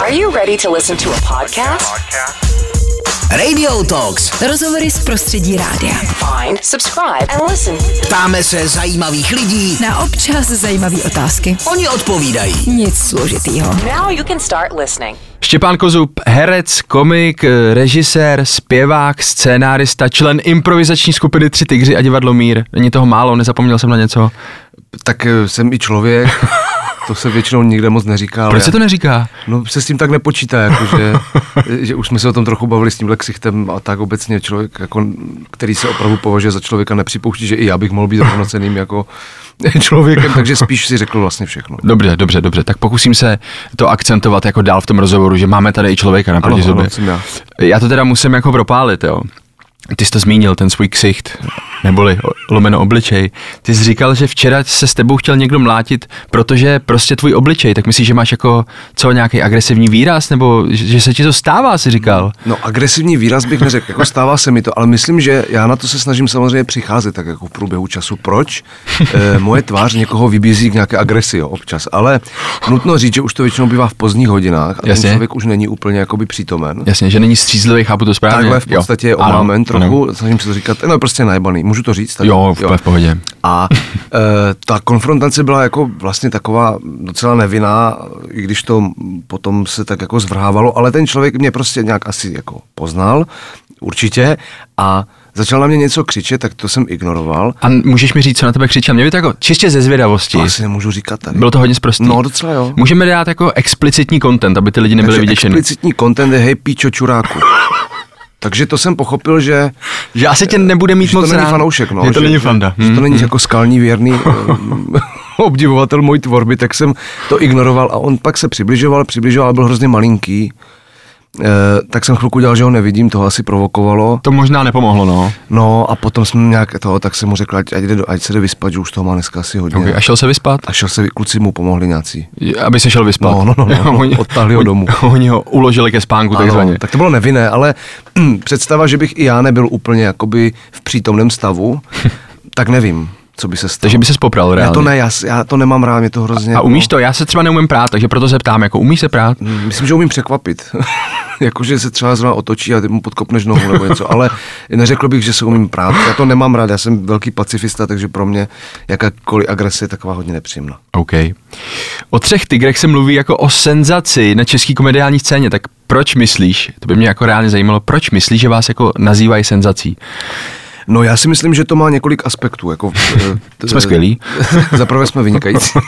Are you ready to listen to a podcast? Radio Talks. Rozhovory z prostředí rádia. Find, subscribe and listen. Ptáme se zajímavých lidí. Na občas zajímavé otázky. Oni odpovídají. Nic složitýho. Now you can start listening. Štěpán Kozub, herec, komik, režisér, zpěvák, scénárista, člen improvizační skupiny Tři tygři a divadlo Mír. Není toho málo, nezapomněl jsem na něco? Tak jsem i člověk, to se většinou nikde moc neříká. Proč se to neříká? No se s tím tak nepočítá, jakože, že už jsme se o tom trochu bavili s tímhle ksichtem a tak obecně člověk, jako, který se opravdu považuje za člověka, nepřipouští, že i já bych mohl být rovnocenným jako člověkem, takže spíš si řekl vlastně všechno. Dobře, tak pokusím se to akcentovat jako dál v tom rozhovoru, že máme tady i člověka naproti sobě. Já to teda musím jako propálit, jo. Ty jsi to zmínil, ten svůj ksicht, neboli lomeno obličej. Ty jsi říkal, že včera se s tebou chtěl někdo mlátit, protože prostě tvůj obličej, tak myslíš, že máš jako nějaký agresivní výraz, nebo že se ti to stává, jsi říkal? No agresivní výraz bych neřekl, jako stává se mi to, ale myslím, že já na to se snažím samozřejmě přicházet tak jako v průběhu času. Proč? Moje tvář někoho vybízí k nějaké agresi, jo, občas, ale nutno říct, že už to většinou bývá v pozdních hodinách a ten člověk už není úplně jakoby přítomen. Jasně, že není střízlivý, chápu to správně. Takhle v podstatě omámen trochu, snažím se to říkat, no prostě najebaný, můžu to říct? Tak, jo, v pohodě. A ta konfrontace byla jako vlastně taková docela nevinná, i když to potom se tak jako zvrhávalo, ale ten člověk mě prostě nějak asi jako poznal, určitě, a začal na mě něco křičet, tak to jsem ignoroval. A můžeš mi říct, co na tebe křičel? Mě by to jako čistě ze zvědavosti. To asi nemůžu říkat tady. Bylo to hodně sprostý. No docela jo. Můžeme dát jako explicitní content, aby ty lidi nebyli vyděšení. Explicitní content je hej píčo čuráku. Takže to jsem pochopil, že asi tě nebude mít moc rád. To není fanoušek, no. Že to není fanda. Že to není jako skalní věrný obdivovatel mojí tvorby, tak jsem to ignoroval a on pak se přibližoval, byl hrozně malinký. Tak jsem chvilku dělal, že ho nevidím, toho asi provokovalo. To možná nepomohlo, no. No a potom jsme nějak toho, tak jsem mu řekl, ať se jde vyspat, že už toho má dneska asi hodně. Okay. A šel se vyspat? Kluci mu pomohli nějací. Aby se šel vyspat? No, odtáhli ho domů. Oni ho uložili ke spánku, takzvaně. Tak to bylo nevinné, ale představa, že bych i já nebyl úplně jakoby v přítomném stavu, tak nevím. Co by se stalo. Takže by ses popral reálně. Já to nemám rád, mě to hrozně. A umíš to? Já se třeba neumím prát, takže proto se ptám, jako umíš se prát? Myslím, že umím překvapit. Jakože se třeba zrovna otočí a ty mu podkopneš nohu nebo něco, ale neřekl bych, že se umím prát. Já to nemám rád, já jsem velký pacifista, takže pro mě jakákoliv agrese je taková hodně nepříjemná. OK. O Třech tygrech se mluví jako o senzaci na české komediální scéně, tak proč myslíš, to by mě jako reálně zajímalo, proč myslíš, že vás jako nazývají senzací? No já si myslím, že to má několik aspektů. Jako, jsme skvělí. Zaprvé jsme vynikající.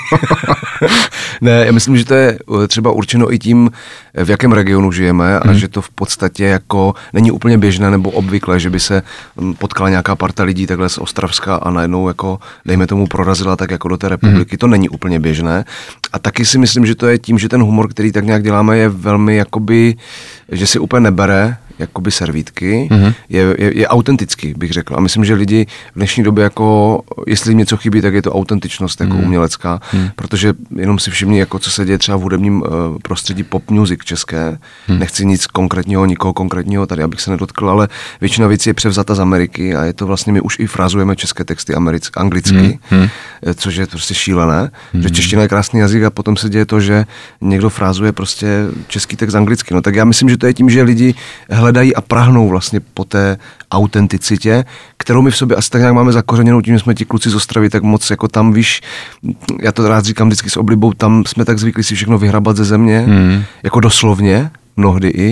Ne, já myslím, že to je třeba určeno i tím, v jakém regionu žijeme a že to v podstatě jako není úplně běžné nebo obvyklé, že by se potkala nějaká parta lidí takhle z Ostravska a najednou jako, dejme tomu, prorazila tak jako do té republiky. To není úplně běžné. A taky si myslím, že to je tím, že ten humor, který tak nějak děláme, je velmi jakoby, že si úplně nebere jakoby servítky, je autentický, bych řekl. A myslím, že lidi v dnešní době jako, jestli jim něco chybí, tak je to autentičnost jako umělecká, protože jenom si všimni, jako co se děje třeba v hudebním prostředí pop music české. Nechci nic konkrétního, nikoho konkrétního tady, abych se nedotkl, ale většina věcí je převzata z Ameriky a je to vlastně, my už i frázujeme české texty anglicky, což je prostě šílené, že čeština je krásný jazyk a potom se děje to, že někdo frázuje prostě český text anglicky. No tak já myslím, že to je tím, že lidi hledají a prahnou vlastně po té autenticitě, kterou my v sobě asi tak nějak máme zakořeněnou tím, že jsme ti kluci z Ostravy, tak moc jako tam, víš, já to rád říkám vždycky s oblibou, tam jsme tak zvyklí si všechno vyhrabat ze země, jako doslovně, mnohdy i.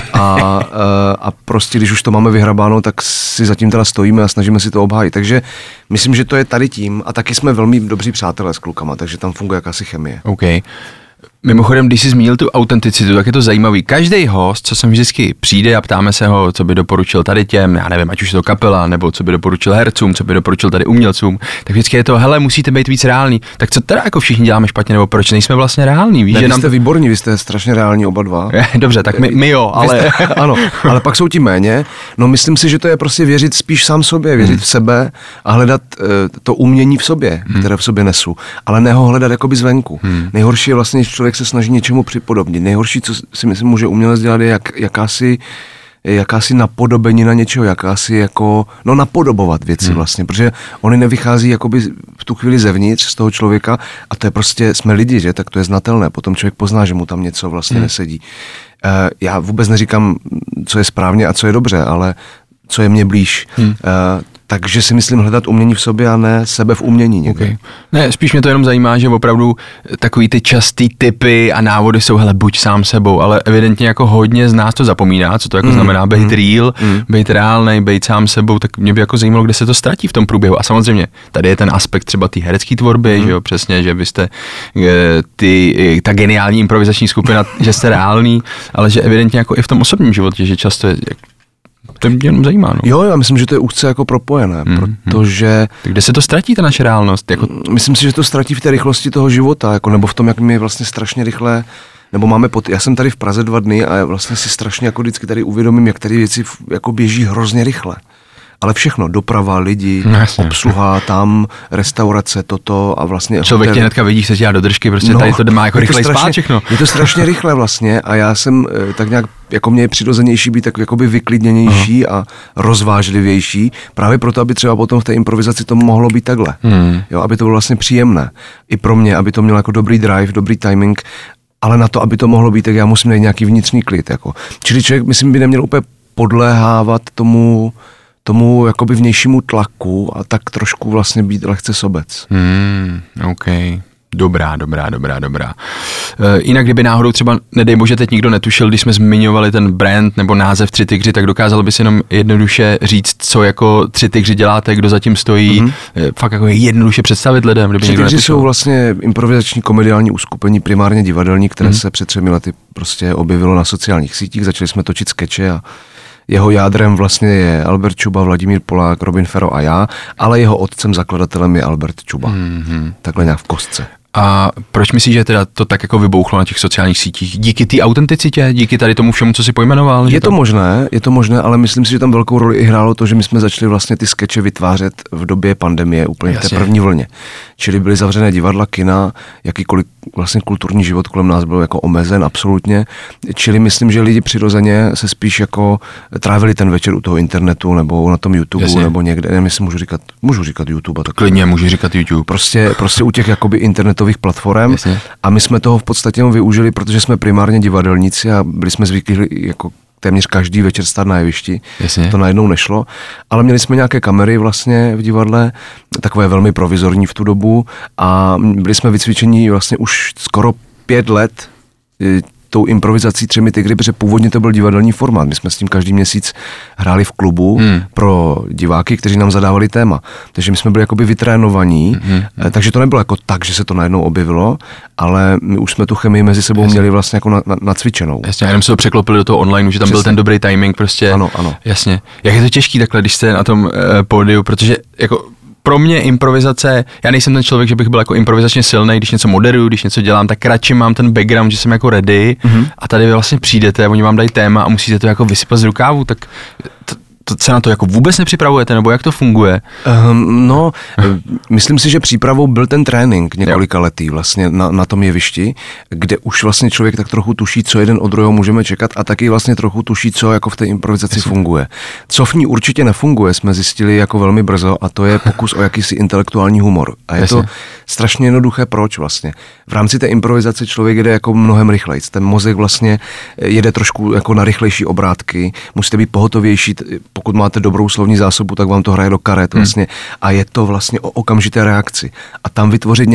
A prostě, když už to máme vyhrabáno, tak si zatím teda stojíme a snažíme si to obhájit. Takže myslím, že to je tady tím a taky jsme velmi dobří přátelé s klukama, takže tam funguje jakási chemie. OK. Mimochodem, když jsi zmínil tu autenticitu, tak je to zajímavý. Každý host, co sem vždycky přijde a ptáme se ho, co by doporučil tady těm, já nevím, ať už je to kapela, nebo co by doporučil hercům, co by doporučil tady umělcům, tak vždycky je to, hele, musíte být víc reální. Tak co teda jako všichni děláme špatně, nebo proč nejsme vlastně reální? Víš, ne, že vy jste výborní, vy jste strašně reální oba dva. Dobře, tak my jo, ale... Ano, ale pak jsou ti méně. No myslím si, že to je prostě věřit spíš sám sobě, věřit v sebe a hledat to umění v sobě, které v sobě nesu, ale ne ho hledat jakoby zvenku. Nejhorší je vlastně, když člověk se snaží něčemu připodobnit. Nejhorší, co si myslím, může umělec dělat, je jakási jakási napodobenina něčeho, jakási jako, no napodobovat věci vlastně, protože oni nevychází jakoby v tu chvíli zevnitř z toho člověka a to je prostě, jsme lidi, že, tak to je znatelné, potom člověk pozná, že mu tam něco vlastně nesedí. Já vůbec neříkám, co je správně a co je dobře, ale co je mně blíž. Takže si myslím hledat umění v sobě a ne sebe v umění někde. Okay. Ne, spíš mě to jenom zajímá, že opravdu takový ty častý tipy a návody jsou, hele, buď sám sebou, ale evidentně jako hodně z nás to zapomíná, co to jako znamená být real, být reálnej, být sám sebou, tak mě by jako zajímalo, kde se to ztratí v tom průběhu. A samozřejmě, tady je ten aspekt třeba té herecké tvorby, že jo, přesně, že byste ta geniální improvizační skupina, že jste reální, ale že evidentně jako i v tom osobním životě, že často je to mě jenom zajímá. No. Jo, já myslím, že to je úzce jako propojené, protože... Tak kde se to ztratí, ta naše reálnost? Jako... Myslím si, že to ztratí v té rychlosti toho života, jako, nebo v tom, jak my vlastně strašně rychle, nebo máme já jsem tady v Praze 2 dny a vlastně si strašně jako vždycky tady uvědomím, jak tady věci jako běží hrozně rychle. Ale všechno, doprava, lidi, obsluha, tam, restaurace, toto a vlastně... Člověk tě hnedka vidí, že se dělá do držky, prostě tady to má jako rychlej spát všechno. Je to strašně rychle vlastně a já jsem tak nějak, jako mě je přirozenější být tak jakoby vyklidněnější a rozvážlivější, právě proto, aby třeba potom v té improvizaci to mohlo být takhle. Jo, aby to bylo vlastně příjemné. I pro mě, aby to mělo jako dobrý drive, dobrý timing, ale na to, aby to mohlo být, tak já musím najít nějaký vnitřní klid. Jako. Čili člověk, myslím, by neměl úplně podléhávat tomu jakoby vnějšímu tlaku a tak trošku vlastně být lehce sobec. OK. Dobrá. Jinak kdyby náhodou třeba, nedej bože, teď nikdo netušil, když jsme zmiňovali ten brand nebo název 3 tygři, tak dokázal bys jenom jednoduše říct, co jako 3 tygři děláte, kdo zatím stojí, fakt jako jednoduše představit lidem, kdyby 3 někdo tygři netušil. jsou vlastně improvizační komediální uskupení, primárně divadelní, které se před 3 lety prostě objevilo na sociálních sítích, začali jsme točit skeče a jeho jádrem vlastně je Albert Čuba, Vladimír Polák, Robin Fero a já, ale jeho otcem, zakladatelem je Albert Čuba. Takhle nějak v kostce. A proč myslíš, že teda to tak jako vybouchlo na těch sociálních sítích? Díky té autenticitě? Díky tady tomu všemu, co si pojmenoval? Je to možné, ale myslím si, že tam velkou roli i hrálo to, že my jsme začali vlastně ty skeče vytvářet v době pandemie, úplně v té první vlně. Čili byly zavřené divadla, kina, jakýkoliv vlastně kulturní život kolem nás byl jako omezen absolutně. Čili myslím, že lidi přirozeně se spíš jako trávili ten večer u toho internetu nebo na tom YouTube nebo někde. Nevím, jestli můžu říkat YouTube. Tak klidně můžu říkat YouTube. Prostě u těch jakoby internetových platform. A my jsme toho v podstatě využili, protože jsme primárně divadelníci a byli jsme zvyklí jako téměř každý večer stát na jevišti. To najednou nešlo. Ale měli jsme nějaké kamery vlastně v divadle, takové velmi provizorní v tu dobu a byli jsme vycvičení vlastně už skoro 5 let tou improvizací 3 tygry, protože původně to byl divadelní formát. My jsme s tím každý měsíc hráli v klubu pro diváky, kteří nám zadávali téma. Takže my jsme byli jakoby vytrénovaní, takže to nebylo jako tak, že se to najednou objevilo, ale my už jsme tu chemii mezi sebou měli vlastně jako nacvičenou. Jasně, jenom se to překlopili do toho online, že tam byl ten dobrý timing prostě. Ano. Jasně. Jak je to těžký takhle, když jste na tom pódiu, protože jako pro mě improvizace, já nejsem ten člověk, že bych byl jako improvizačně silný, když něco moderuju, když něco dělám, tak radši mám ten background, že jsem jako ready a tady vy vlastně přijdete, oni vám dají téma a musíte to jako vysypat z rukávu, tak to se na to jako vůbec nepřipravujete, nebo jak to funguje? Myslím si, že přípravou byl ten trénink několika letý vlastně na tom jevišti, kde už vlastně člověk tak trochu tuší, co jeden od druhého můžeme čekat a taky vlastně trochu tuší, co jako v té improvizaci funguje. Co v ní určitě nefunguje, jsme zjistili jako velmi brzo a to je pokus o jakýsi intelektuální humor. A je to strašně jednoduché, proč vlastně. V rámci té improvizace člověk jede jako mnohem rychleji. Ten mozek vlastně jede trošku jako na rychlejší obrátky, musíte být pohotovější. Pokud máte dobrou slovní zásobu, tak vám to hraje do karet vlastně a je to vlastně o okamžité reakci. A tam vytvořit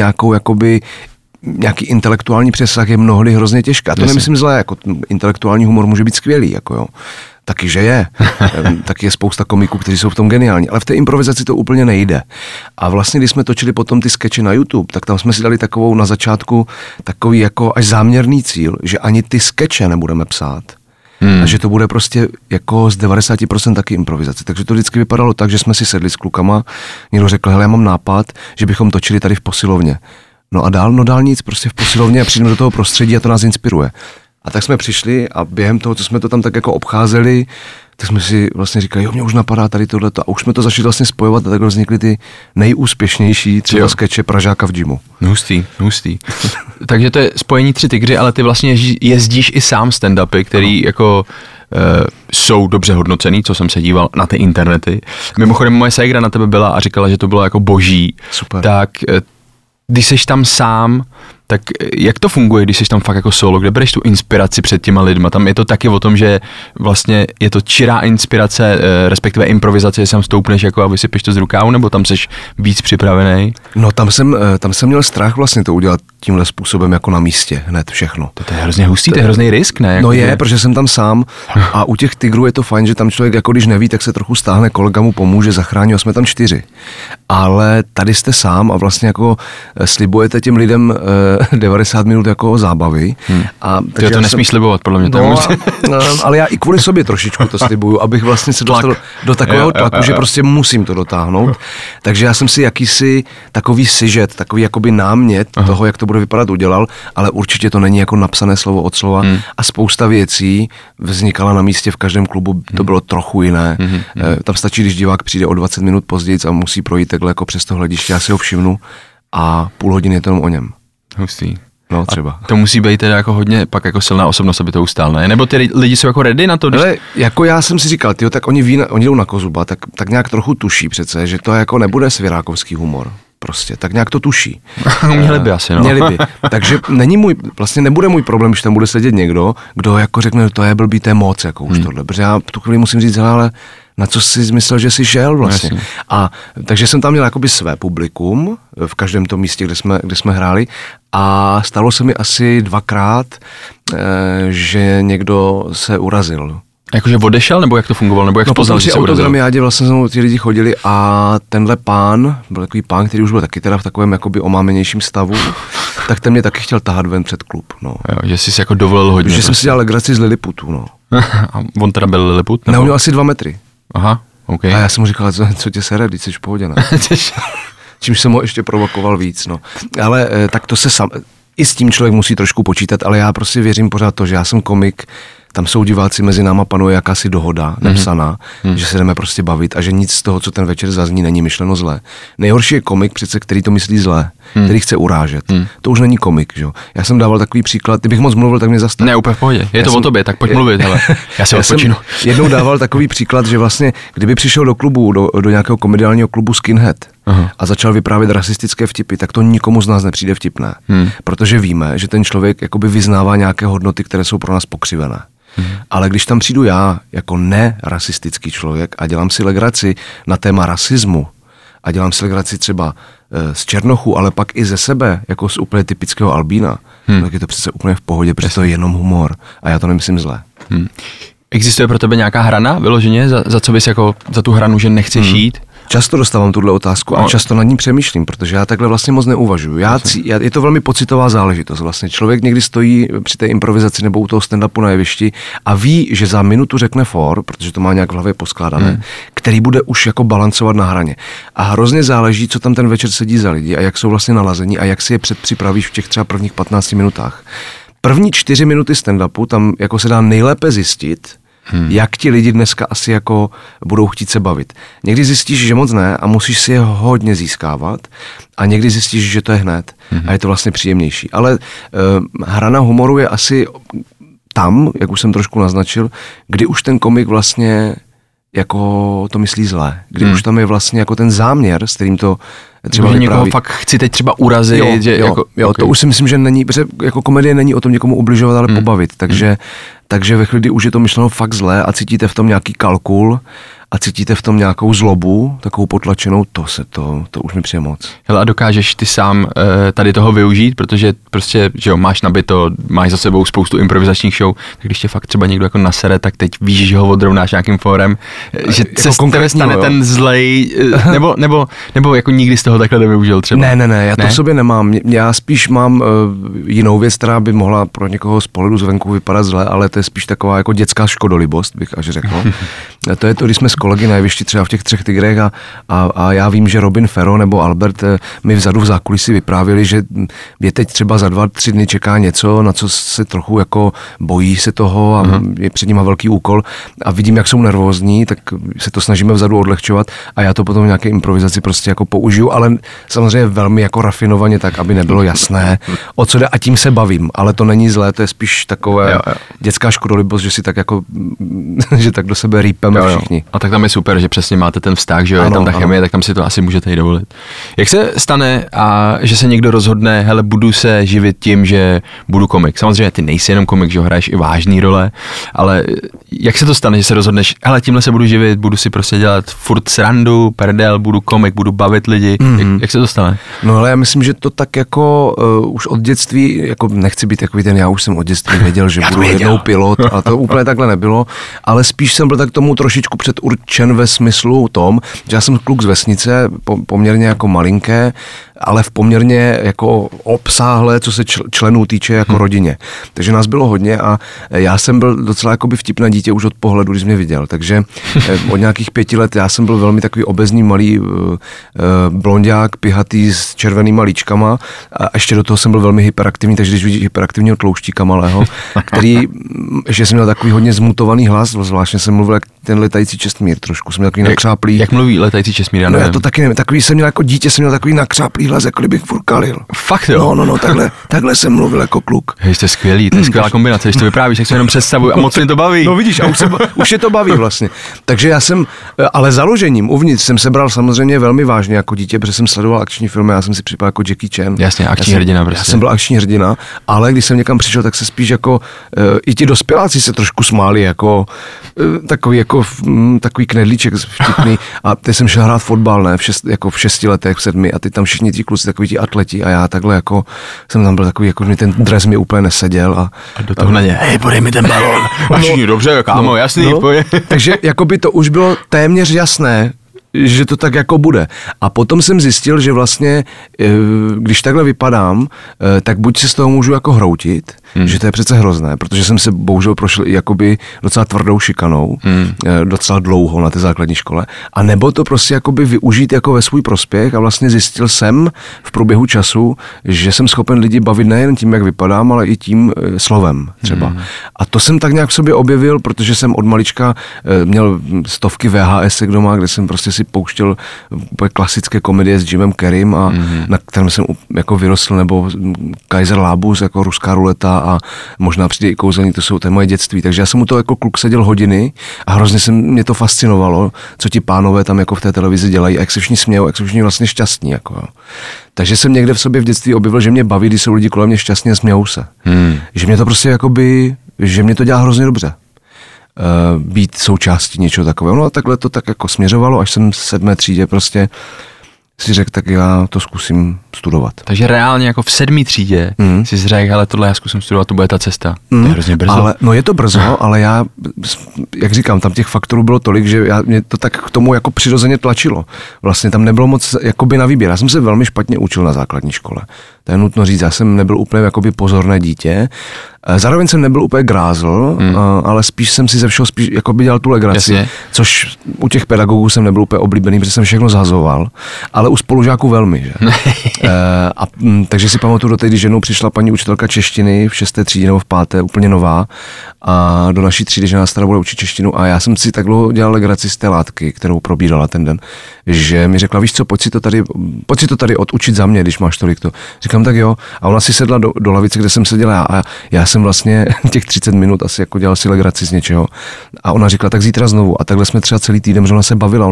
nějaký intelektuální přesah je mnohdy hrozně těžké. A to nemyslím zlé, jako intelektuální humor může být skvělý, jako jo. Taky, že je. Taky je spousta komiků, kteří jsou v tom geniální. Ale v té improvizaci to úplně nejde. A vlastně, když jsme točili potom ty skeče na YouTube, tak tam jsme si dali takovou na začátku takový jako až záměrný cíl, že ani ty skeče nebudeme psát. A že to bude prostě jako z 90% taky improvizace. Takže to vždycky vypadalo tak, že jsme si sedli s klukama, někdo řekl, hele, já mám nápad, že bychom točili tady v posilovně. No a dál nic, prostě v posilovně a přijdeme do toho prostředí a to nás inspiruje. A tak jsme přišli a během toho, co jsme to tam tak jako obcházeli, tak jsme si vlastně říkali, jo, mě už napadá tady tohleto. A už jsme to začali vlastně spojovat a takhle vznikly ty nejúspěšnější třeba skeče Pražáka v gymu. Hustý. Takže to je spojení 3 tygři, ale ty vlastně jezdíš i sám stand-upy, který jako jsou dobře hodnocený, co jsem se díval na ty internety. Mimochodem moje ségra na tebe byla a říkala, že to bylo jako boží. Super. Tak když seš tam sám, tak jak to funguje, když jsi tam fakt jako solo, kde bereš tu inspiraci před těma lidma? Tam je to taky o tom, že vlastně je to čirá inspirace, respektive improvizace, že tam stoupneš jako a vysypeš to z rukávu, nebo tam seš víc připravený? No tam jsem měl strach vlastně to udělat tímhle způsobem jako na místě, hned všechno. To je hrozně hustý, to je hrozný risk, ne? No je, protože jsem tam sám a u těch tigrů je to fajn, že tam člověk jako když neví, tak se trochu stáhne, kolega mu pomůže, zachrání a jsme tam 4. Ale tady jste sám a vlastně jako slibujete těm lidem 90 minut jako zábavy. Takže to nesmíš slibovat, podle mě. Ale já i kvůli sobě trošičku to slibuju, abych vlastně se dostal do takového tlaku, že prostě musím to dotáhnout. Takže já jsem si jakýsi takový sižet, takový jakoby námět toho, jak to bude vypadat, udělal, ale určitě to není jako napsané slovo od slova a spousta věcí vznikala na místě v každém klubu, to bylo trochu jiné. Tam stačí, když divák přijde o 20 minut později a musí projít takhle jako přes to hlediště, já si ho všimnu a půl hodiny je to jenom o něm. Hustý. No třeba. A to musí být teda jako hodně pak jako silná osobnost, aby to ustál, ne? Nebo ty lidi jsou jako ready na to? Ale jako já jsem si říkal, tyjo, tak oni jdou na Kozuba, tak nějak trochu tuší přece, že to jako nebude svěrákovský humor. Prostě, tak nějak to tuší. Měli by asi, no. Měli by. Takže vlastně nebude můj problém, když tam bude sedět někdo, kdo jako řekne, to je blbý, to je moc, jako už tohle. Protože já v tu chvíli musím říct, ale na co jsi myslel, že jsi šel vlastně. No, a takže jsem tam měl jakoby své publikum v každém tom místě, kde jsme hráli a stalo se mi asi 2krát, že někdo se urazil. Jakože odešel, nebo jak to fungovalo, nebo jak poznal, že se urazil? No potom při autogramiádě vlastně se mnou ti lidi chodili a tenhle pán, byl takový pán, který už byl taky teda v takovém jakoby omámenějším stavu, tak ten mě taky chtěl tahat ven před klub, no. Jo, že jsi jako dovolil hodně. Že jsem si dělal legraci z Liliputu, no. A on teda byl Liliput? Ne, on měl asi 2 metry. Aha, ok. A já jsem mu říkal, co tě sere, když jsi v pohodě, ne? Čímž jsem ho ještě provokoval víc, no. Ale tak to se i s tím člověk musí trošku počítat, ale já prostě věřím pořád to, že já jsem komik, tam jsou diváci, mezi náma panuje jakási dohoda nepsaná, že se jdeme prostě bavit a že nic z toho, co ten večer zazní, není myšleno zlé. Nejhorší je komik přece, který to myslí zlé, který chce urážet. To už není komik, že jo. Já jsem dával takový příklad, kdybych moc mluvil, tak mě zastav. Ne, úplně v pohodě. O tobě, tak pojď mluvit, hele. Já se odpočinu. Jednou dával takový příklad, že vlastně, kdyby přišel do klubu, do nějakého komediálního klubu Skinhead a začal vyprávět rasistické vtipy, tak to nikomu z nás nepřijde vtipné. Protože víme, že ten člověk jakoby vyznává nějaké hodnoty, které jsou pro nás pokřivené. Ale když tam přijdu já jako nerasistický člověk a dělám si legraci na téma rasismu a dělám si legraci třeba z Černochů, ale pak i ze sebe, jako z úplně typického Albína, tak je to přece úplně v pohodě, protože to je jenom humor a já to nemyslím zle. Existuje pro tebe nějaká hrana vyloženě, za co bys jako, za tu hranu, že nechceš jít? Často dostávám tuhle otázku a často nad ní přemýšlím, protože já takhle vlastně moc neuvažuju. Je to velmi pocitová záležitost vlastně. Člověk někdy stojí při té improvizaci nebo u toho stand-upu na jevišti a ví, že za minutu řekne for, protože to má nějak v hlavě poskládané, který bude už jako balancovat na hraně. A hrozně záleží, co tam ten večer sedí za lidi a jak jsou vlastně nalazení a jak si je předpřipravíš v těch třeba prvních 15 minutách. První 4 minuty stand-upu tam jako se dá nejlépe zjistit, jak ti lidi dneska asi jako budou chtít se bavit. Někdy zjistíš, že moc ne a musíš si je hodně získávat a někdy zjistíš, že to je hned a je to vlastně příjemnější. Ale hrana humoru je asi tam, jak už jsem trošku naznačil, kdy už ten komik vlastně jako to myslí zlé. Kdy už tam je vlastně jako ten záměr, s kterým to třeba vypráví. Někoho fakt chci teď třeba urazit. Jo, okay. To už si myslím, že není, protože jako komedie není o tom někomu ubližovat, ale pobavit. Takže ve chvíli, už je to myšleno fakt zlé a cítíte v tom nějaký kalkul a cítíte v tom nějakou zlobu, takovou potlačenou, to už mi přijde moc. Hele, a dokážeš ty sám tady toho využít, protože prostě, že jo, máš nabito, máš za sebou spoustu improvizačních show, tak když tě fakt třeba někdo jako nasere, tak teď víš, že ho odrovnáš nějakým fórem, že se jako z tebe stane ten zlej, nebo jako nikdy z toho takhle nevyužil třeba. Ne, já to v sobě nemám. Já spíš mám jinou věc, která by mohla pro někoho z pohledu zvenku vypadat zle, ale to je spíš taková jako dětská škodolibost, bych až řekl. To je to, když jsme s kolegy na jevišti třeba v těch 3 tigrech a já vím, že Robin Ferro nebo Albert mi vzadu v zákulisí vyprávěli, že je teď třeba za 2-3 dny čeká něco, na co se trochu jako bojí se toho a je před nima velký úkol a vidím, jak jsou nervózní, tak se to snažíme vzadu odlehčovat a já to potom v nějaké improvizaci prostě jako použiju, ale samozřejmě velmi jako rafinovaně tak, aby nebylo jasné, o co jde a tím se bavím, ale to není zlé, to je spíš takové dětská škodolibost, že si tak jako, že tak do sebe rýpeme všichni. A tak tam je super, že přesně máte ten vztah, že jo, je tam ta chemie, tak tam si to asi můžete i dovolit. Jak se stane, že se někdo rozhodne, hele, budu se živit tím, že budu komik. Samozřejmě ty nejsi jenom komik, že hraješ i vážný role, ale jak se to stane, že se rozhodneš, hele, tímhle se budu živit, budu si prostě dělat furt srandu, perdel, budu komik, budu bavit lidi. Jak se to stane? No ale já myslím, že to tak jako už od dětství, jako nechci být takový ten, já už jsem od dětství věděl, že budu jednou pilot, a to úplně takhle nebylo, ale spíš jsem byl tak tomu trošičku předurčen ve smyslu tom, že já jsem kluk z vesnice, poměrně jako malinké, ale v poměrně jako obsáhlé, co se členů týče jako rodině. Takže nás bylo hodně a já jsem byl docela jakoby vtipné dítě už od pohledu, když mě viděl. Takže od nějakých 5 let já jsem byl velmi takový obezní malý blonďák, pihatý s červenýma líčkama a ještě do toho jsem byl velmi hyperaktivní, takže když vidíš hyperaktivního tlouštíka malého, který, že jsem měl takový hodně zmutovaný hlas, zvláštně jsem mluvil jak ten letající Čestmír trošku, jsem měl takový nakřáplý. Jak mluví letající Čestmír? Já nevím. No já to taky nevím, takový jsem měl jako dítě, jsem měl takový nakřáplý hlas, jako kdybych furkalil. Fakt jo? No, takhle jsem mluvil jako kluk. Hej, jste skvělý, to je skvělá kombinace, když to vyprávíš, tak se jenom představuji a moc mě to baví. No vidíš, a už je to baví vlastně. Takže já jsem, ale založením uvnitř jsem se bral samozřejmě velmi vážně jako dítě, protože jsem sledoval akční filmy, já jsem si připadal jako Jackie Chan. Jasně, akční hrdina prostě. Já jsem byl akční hrdina, ale když jsem někam přišel, tak se spíš jako, i ti dospěláci se trošku smáli, jako takový knedlíček vtipný. A teď jsem šel hrát fotbal, ne, v 6 letech, v 7 a ty tam všichni ti kluci, takový ti atleti a já takhle jako, jsem tam byl takový, jako mi ten dres mi úplně neseděl a do toho na ně, hej, podej mi ten balón. A všichni, dobře, kámo, jasný, Takže jakoby to už bylo téměř jasné, že to tak jako bude. A potom jsem zjistil, že vlastně, když takhle vypadám, tak buď si z toho můžu jako hroutit, že to je přece hrozné, protože jsem se bohužel prošel i jakoby docela tvrdou šikanou, docela dlouho na té základní škole, a nebo to prostě jakoby využít jako ve svůj prospěch a vlastně zjistil jsem v průběhu času, že jsem schopen lidi bavit nejen tím, jak vypadám, ale i tím slovem třeba. A to jsem tak nějak v sobě objevil, protože jsem od malička měl stovky VHS doma, kde jsem prostě si pouštěl klasické komedie s Jimem Carreym a na kterém jsem jako vyrostl, nebo Kaiser Labus, jako Ruská ruleta a možná přijde i Kouzelník, to je moje dětství. Takže já jsem u toho jako kluk seděl hodiny a hrozně mě to fascinovalo, co ti pánové tam jako v té televizi dělají a jak se všichni smějou, jak jsou všichni vlastně šťastní. Jako, jo. Takže jsem někde v sobě v dětství objevil, že mě baví, když jsou lidi kolem mě šťastní a smějou se. Že mě to prostě jakoby, že mě to dělá hrozně dobře. Být součástí něčeho takového. No a takhle to tak jako směřovalo, až jsem v 7. třídě prostě si řekl, tak já to zkusím studovat. Takže reálně jako v 7. třídě si řekl, hele, tohle já zkusím studovat, to bude ta cesta. To je hrozně brzo. Ale, no je to brzo, ale já, jak říkám, tam těch faktorů bylo tolik, že mě to tak k tomu jako přirozeně tlačilo. Vlastně tam nebylo moc jakoby na výběr. Já jsem se velmi špatně učil na základní škole. To je nutno říct, já jsem nebyl úplně jakoby pozorné dítě. Zároveň jsem nebyl úplně grázl, ale spíš jsem si ze všeho spíš jakoby dělal tu legraci, jasně. Což u těch pedagogů jsem nebyl úplně oblíbený, protože jsem všechno zhazoval, ale u spolužáků velmi. Že? Takže si pamatuju do té, když jednou přišla paní učitelka češtiny v 6. třídě nebo v 5. úplně nová a do naší třídy, že nás teda bude učit češtinu a já jsem si tak dlouho dělal legraci z té látky, kterou probírala ten den, že mi řekla, víš co, pojď si to tady odučit za mě, když máš tolik to. Říkám, tak jo. A ona si sedla do lavice, kde jsem seděl a já jsem vlastně těch 30 minut asi jako dělal si legraci z něčeho. A ona říkala, tak zítra znovu. A takhle jsme třeba celý týden, že ona se bavila,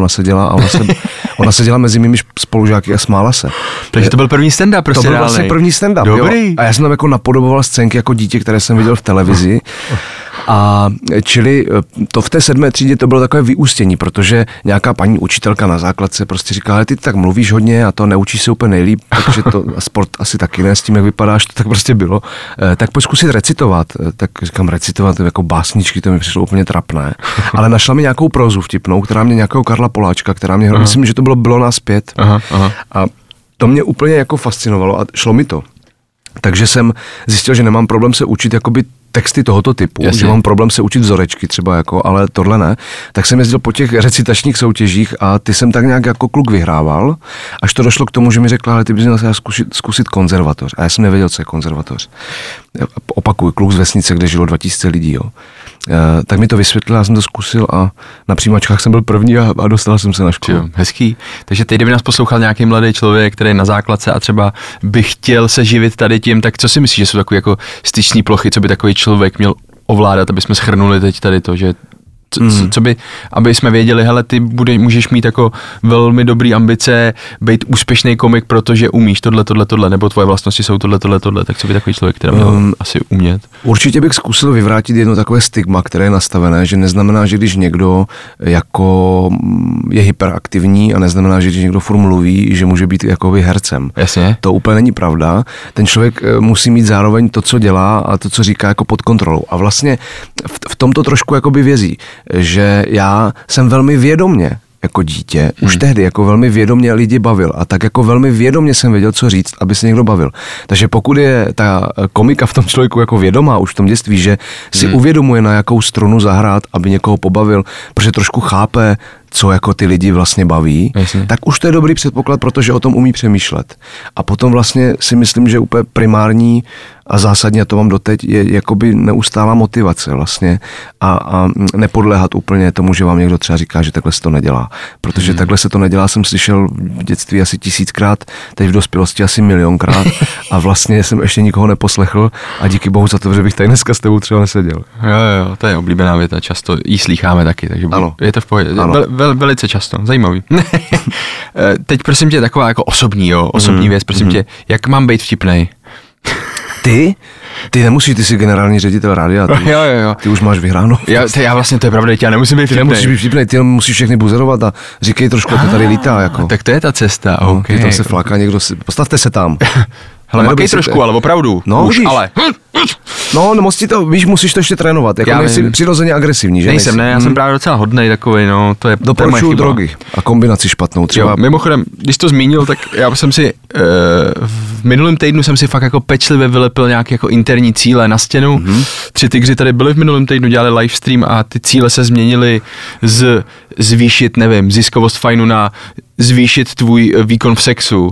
ona seděla mezi mými spolužáky a smála se. Takže to byl první stand-up prostě. To byl vlastně první stand-up, jo. A já jsem tam jako napodoboval scénky jako dítě, které jsem viděl v televizi. A čili to v té 7. třídě to bylo takové vyústění, protože nějaká paní učitelka na základce prostě říká, ale ty tak mluvíš hodně a to neučíš se úplně nejlíp, takže to sport asi taky ne, s tím, jak vypadáš, to tak prostě bylo. Tak pojď zkusit recitovat. Tak říkám, recitovat jako básničky, to mi přišlo úplně trapné. Ale našla mi nějakou prózu vtipnou, která mě nějakého Karla Poláčka, která mě, myslím, že to bylo nás 5. A to mě úplně jako fascinovalo a šlo mi to. Takže jsem zjistil, že nemám problém se učit jakoby texty tohoto typu, Jasně. že mám problém se učit vzorečky třeba jako, ale tohle ne, tak jsem jezdil po těch recitačních soutěžích a ty jsem tak nějak jako kluk vyhrával, až to došlo k tomu, že mi řekla, ale ty bys měl zkusit konzervatoř. A já jsem nevěděl, co je konzervatoř. Opakuju, kluk z vesnice, kde žilo 2000 lidí, jo. Tak mi to vysvětlil, já jsem to zkusil a na přijímačkách jsem byl první a dostal jsem se na školu. Jo, hezký. Takže teď, kdyby nás poslouchal nějaký mladý člověk, který je na základce a třeba by chtěl se živit tady tím, tak co si myslíš, že jsou takové jako styční plochy, co by takový člověk měl ovládat, aby jsme shrnuli teď tady to, že co by, aby jsme věděli, hele, ty můžeš mít jako velmi dobrý ambice, být úspěšný komik, protože umíš tohle, nebo tvoje vlastnosti jsou tohle, tak co by takový člověk, který měl asi umět? Určitě bych zkusil vyvrátit jedno takové stigma, které je nastavené, že neznamená, že když někdo jako je hyperaktivní a neznamená, že když někdo furt mluví, že může být jakoby hercem. Jasně. To úplně není pravda. Ten člověk musí mít zároveň to, co dělá a to, co říká, jako pod kontrolou. A vlastně v tomto trošku jakoby vězí, že já jsem velmi vědomně jako dítě, už tehdy jako velmi vědomně lidi bavil a tak jako velmi vědomně jsem věděl, co říct, aby se někdo bavil. Takže pokud je ta komika v tom člověku jako vědomá už v tom dětství, že si uvědomuje, na jakou strunu zahrát, aby někoho pobavil, protože trošku chápe, co jako ty lidi vlastně baví, tak už to je dobrý předpoklad, protože o tom umí přemýšlet. A potom vlastně si myslím, že úplně primární a zásadně, a to mám doteď, je jakoby neustálá motivace vlastně a nepodléhat úplně tomu, že vám někdo třeba říká, že takhle se to nedělá. Protože takhle se to nedělá, jsem slyšel v dětství asi 1000krát, teď v dospělosti asi 1 000 000krát a vlastně jsem ještě nikoho neposlechl a díky bohu za to, že bych tady dneska s tebou třeba neseděl. Jo, to je oblíbená věta, často jí slýcháme taky, takže ano. Je to v pohodě. Velice často, zajímavý. Teď prosím tě taková jako osobní věc, prosím tě, jak mám být vtipnej? Ty nemusíš, ty jsi generální ředitel rádia, ty už máš vyhráno. Já vlastně, to je pravda, já nemusím být vtipnej. Ty nemusíš být vtipnej, ty musíš všechny buzerovat a říkej trošku, to tady lítá. Jako. Tak to je ta cesta, okay. Tam se fláká někdo, postavte se tam. Hele, makej trošku, ale opravdu. No, už, ale. No, moc ti to, víš, musíš to ještě trénovat, jako nejsi přirozeně agresivní, že? Nejsem, já jsem právě docela hodnej takovej, no, to je doporučuju drogy a kombinaci špatnou třeba. Jo, mimochodem, když to zmínil, tak já jsem si, v minulém týdnu jsem si fakt jako pečlivě vylepil nějaké jako interní cíle na stěnu. 3 tygři tady byli v minulém týdnu, dělali livestream a ty cíle se změnily z zvýšit, nevím, ziskovost fajnu na zvýšit tvůj výkon v sexu,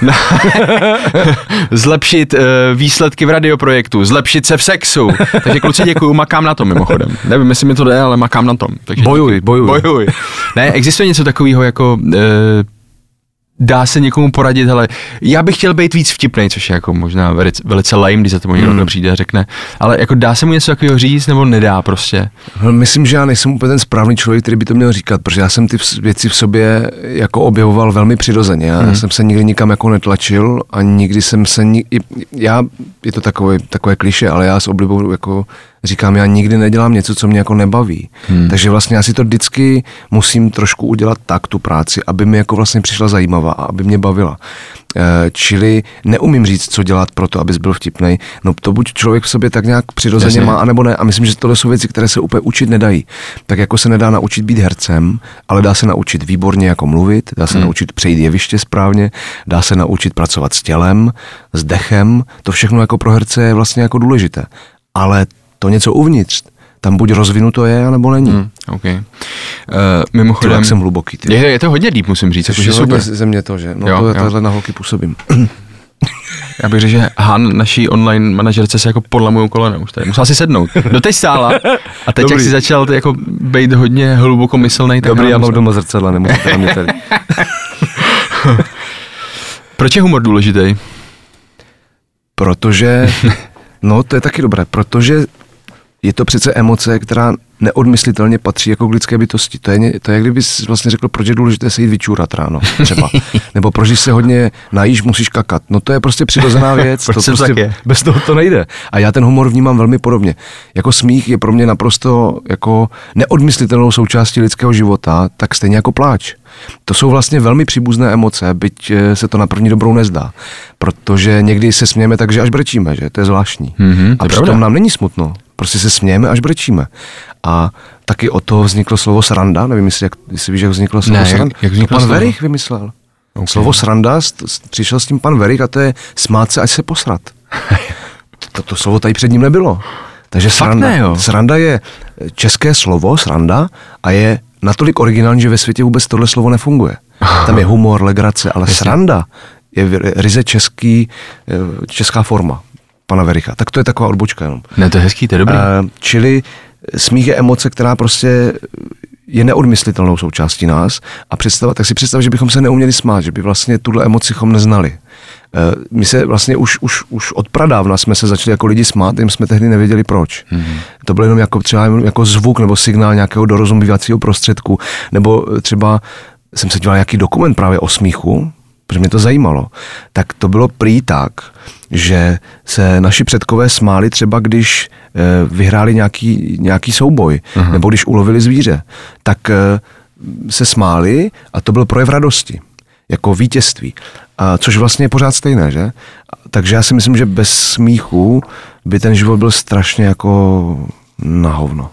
zlepšit výsledky v radioprojektu, zlepšit se v sexu. Takže kluci, děkuju, makám na tom mimochodem. Nevím, jestli mi to jde, ale makám na tom. Takže bojuj. Ne, existuje něco takového jako dá se někomu poradit, hele, já bych chtěl být víc vtipnej, což je jako možná velice lame, když za to někdo přijde a řekne, ale jako dá se mu něco takového říct, nebo nedá prostě? Myslím, že já nejsem úplně ten správný člověk, který by to měl říkat, protože já jsem ty věci v sobě jako objevoval velmi přirozeně. Já jsem se nikdy nikam jako netlačil a nikdy jsem se, je to takové klišé, ale já s oblibou jako říkám, já nikdy nedělám něco, co mě jako nebaví. Takže vlastně já si to vždycky musím trošku udělat tak, tu práci, aby mi jako vlastně přišla zajímavá a aby mě bavila. Čili neumím říct, co dělat pro to, abys byl vtipnej. No to buď člověk v sobě tak nějak přirozeně má, anebo ne. A myslím, že tohle jsou věci, které se úplně učit nedají. Tak jako se nedá naučit být hercem, ale dá se naučit výborně jako mluvit, dá se naučit přejít jeviště správně, dá se naučit pracovat s tělem, s dechem. To všechno jako pro herce je vlastně jako důležité. Ale to něco uvnitř, tam buď rozvinuto je, anebo není. Okay. Mimochodem, jsem hluboký. Je to hodně deep, musím říct. Je hodně ze mě to, že? No jo, tohle na holky působím. Já bych řekl, že Han, naší online manažerce, se jako podlamujou kolena už tady. Musela si sednout. Doteď stála a teď, jak si začal jako být hodně hlubokomyslnej, tak dobrý, já mám doma zrcadla, nemůžete na mě tady. Proč je humor důležitý? Protože, no to je taky dobré, protože je to přece emoce, která neodmyslitelně patří jako k lidské bytosti. To je jak kdybys vlastně řekl, proč je důležité se jít vyčůrat ráno, třeba. Nebo proč, když se hodně najíš, musíš kakat. No to je prostě přirozená věc. To prostě bez toho to nejde. A já ten humor vnímám velmi podobně. Jako smích je pro mě naprosto jako neodmyslitelnou součástí lidského života, tak stejně jako pláč. To jsou vlastně velmi příbuzné emoce, byť se to na první dobrou nezdá. Protože někdy se smějeme tak, že až brečíme, že? To je zvláštní. A přitom nám není smutno. Prostě se smějeme, až brečíme. A taky o to vzniklo slovo sranda, nevím, jestli víš, jak vzniklo slovo sranda. To pan Verich vymyslel. Okay. Slovo sranda, přišel s tím pan Verich a to je smát se, až se posrat. To slovo tady před ním nebylo. Takže sranda je české slovo, sranda, a je natolik originální, že ve světě vůbec tohle slovo nefunguje. Tam je humor, legrace, ale sranda je ryze česká forma pana Vericha. Tak to je taková odbočka jenom. Ne, to je hezký, to je dobrý. Čili smích je emoce, která prostě je neodmyslitelnou součástí nás a tak si představ, že bychom se neuměli smát, že by vlastně tuhle emoci chom neznali. My se vlastně už od pradávna jsme se začali jako lidi smát, jim jsme tehdy nevěděli proč. To bylo jenom jako třeba jako zvuk nebo signál nějakého dorozumívacího prostředku, nebo třeba jsem se díval nějaký dokument právě o smíchu, protože mě to zajímalo, tak to bylo prý tak, že se naši předkové smáli třeba, když vyhráli nějaký souboj, nebo když ulovili zvíře, tak se smáli a to byl projev radosti, jako vítězství. Což vlastně je pořád stejné, že? Takže já si myslím, že bez smíchu by ten život byl strašně jako na hovno.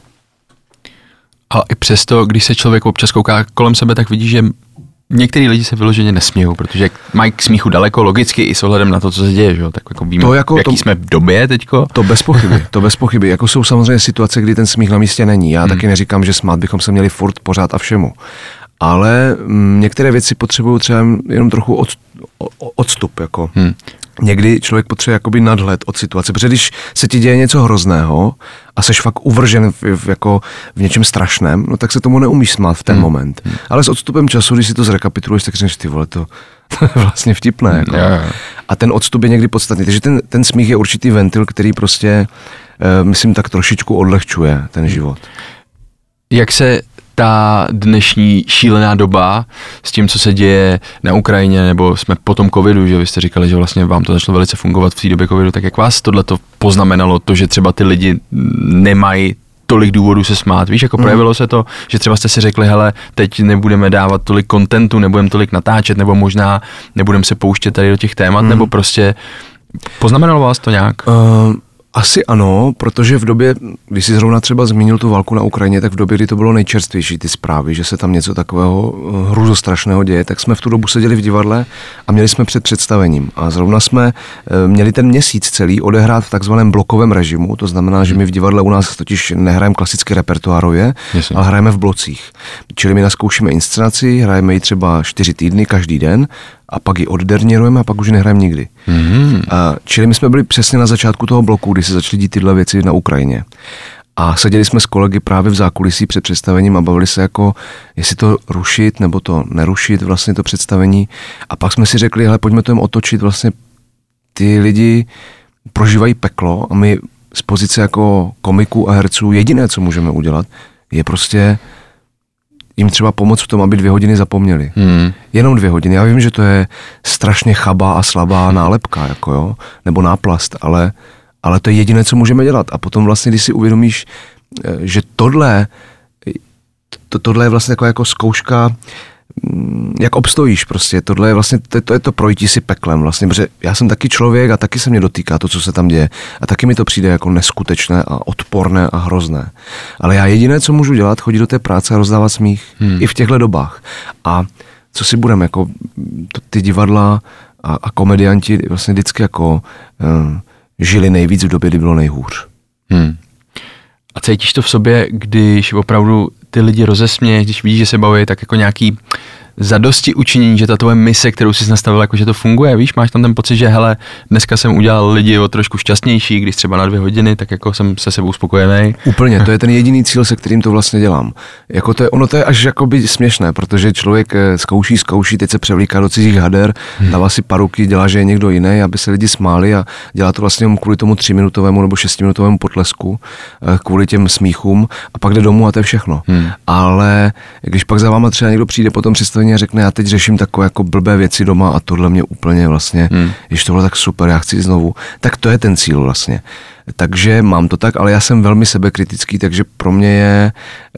Ale i přesto, když se člověk občas kouká kolem sebe, tak vidí, že některý lidi se vyloženě nesmějou, protože mají k smíchu daleko, logicky i s ohledem na to, co se děje, že? Tak jako víme, jaký jsme v době teďko. To bez pochyby. Jako jsou samozřejmě situace, kdy ten smích na místě není. Já taky neříkám, že smát bychom se měli furt pořád a všemu. Ale některé věci potřebují třeba jenom trochu odstup. Jako. Někdy člověk potřebuje jakoby nadhled od situace, protože když se ti děje něco hrozného a seš fakt uvržen v něčem strašném, no tak se tomu neumíš smát v ten moment. Ale s odstupem času, když si to zrekapituluješ, tak řekneš, ty vole, to je vlastně vtipné. Jako. A ten odstup je někdy podstatný. Takže ten smích je určitý ventil, který prostě, myslím, tak trošičku odlehčuje ten život. Jak se ta dnešní šílená doba s tím, co se děje na Ukrajině, nebo jsme po tom covidu, že vy jste říkali, že vlastně vám to začalo velice fungovat v té době covidu, tak jak vás tohleto poznamenalo, to, že třeba ty lidi nemají tolik důvodů se smát, víš, jako projevilo se to, že třeba jste si řekli, hele, teď nebudeme dávat tolik kontentu, nebudeme tolik natáčet, nebo možná nebudeme se pouštět tady do těch témat, nebo prostě poznamenalo vás to nějak? Asi ano, protože v době, když jsi zrovna třeba zmínil tu válku na Ukrajině, tak v době, kdy to bylo nejčerstvější, ty zprávy, že se tam něco takového hruzostrašného děje, tak jsme v tu dobu seděli v divadle a měli jsme před představením. A zrovna jsme měli ten měsíc celý odehrát v takzvaném blokovém režimu, to znamená, že my v divadle u nás totiž nehrajeme klasicky repertoárově, ale hrajeme v blocích. Čili my naskoušíme inscenaci, hrajeme ji třeba 4 týdny každý den, a pak ji oddernírujeme a pak už nehrajeme nikdy. Čili my jsme byli přesně na začátku toho bloku, kdy se začaly dít tyhle věci na Ukrajině. A seděli jsme s kolegy právě v zákulisí před představením a bavili se jako, jestli to rušit nebo to nerušit vlastně to představení. A pak jsme si řekli, hele, pojďme to jen otočit, vlastně ty lidi prožívají peklo a my z pozice jako komiků a herců jediné, co můžeme udělat, je prostě jim třeba pomoct v tom, aby 2 hodiny zapomněli. Jenom 2 hodiny. Já vím, že to je strašně chabá a slabá nálepka, jako jo, nebo náplast, ale to je jediné, co můžeme dělat. A potom vlastně, když si uvědomíš, že tohle je vlastně jako zkouška, jak obstojíš prostě, tohle je vlastně, to je to projítí si peklem vlastně, protože já jsem taky člověk a taky se mě dotýká to, co se tam děje a taky mi to přijde jako neskutečné a odporné a hrozné. Ale já jediné, co můžu dělat, chodit do té práce a rozdávat smích i v těchto dobách. A co si budeme, jako ty divadla a komedianti vlastně vždycky jako žili nejvíc v době, kdy bylo nejhůř. A cítíš to v sobě, když opravdu ty lidi rozesměješ, když vidíš, že se baví, tak jako nějaký zadosti učinění, že ta tvoje mise, kterou jsi nastavil, jako že to funguje, víš, máš tam ten pocit, že hele, dneska jsem udělal lidi o trošku šťastnější, když třeba na 2 hodiny, tak jako jsem se sebou spokojený. Úplně, to je ten jediný cíl, se kterým to vlastně dělám. Jako to je až jakoby směšné, protože člověk zkouší, teď se převlíká do cizích hader, dává si paruky, dělá, že je někdo jiný, aby se lidi smáli a dělá to vlastně kvůli tomu 3minutovému nebo 6minutovému potlesku, kvůli těm smíchům a pak jde domů a to je všechno. Ale když pak za váma třeba někdo přijde potom představení a řekne, já teď řeším takové jako blbé věci doma a tohle mě úplně vlastně, když tohle tak super, já chci znovu, tak to je ten cíl vlastně. Takže mám to tak, ale já jsem velmi sebekritický, takže pro mě je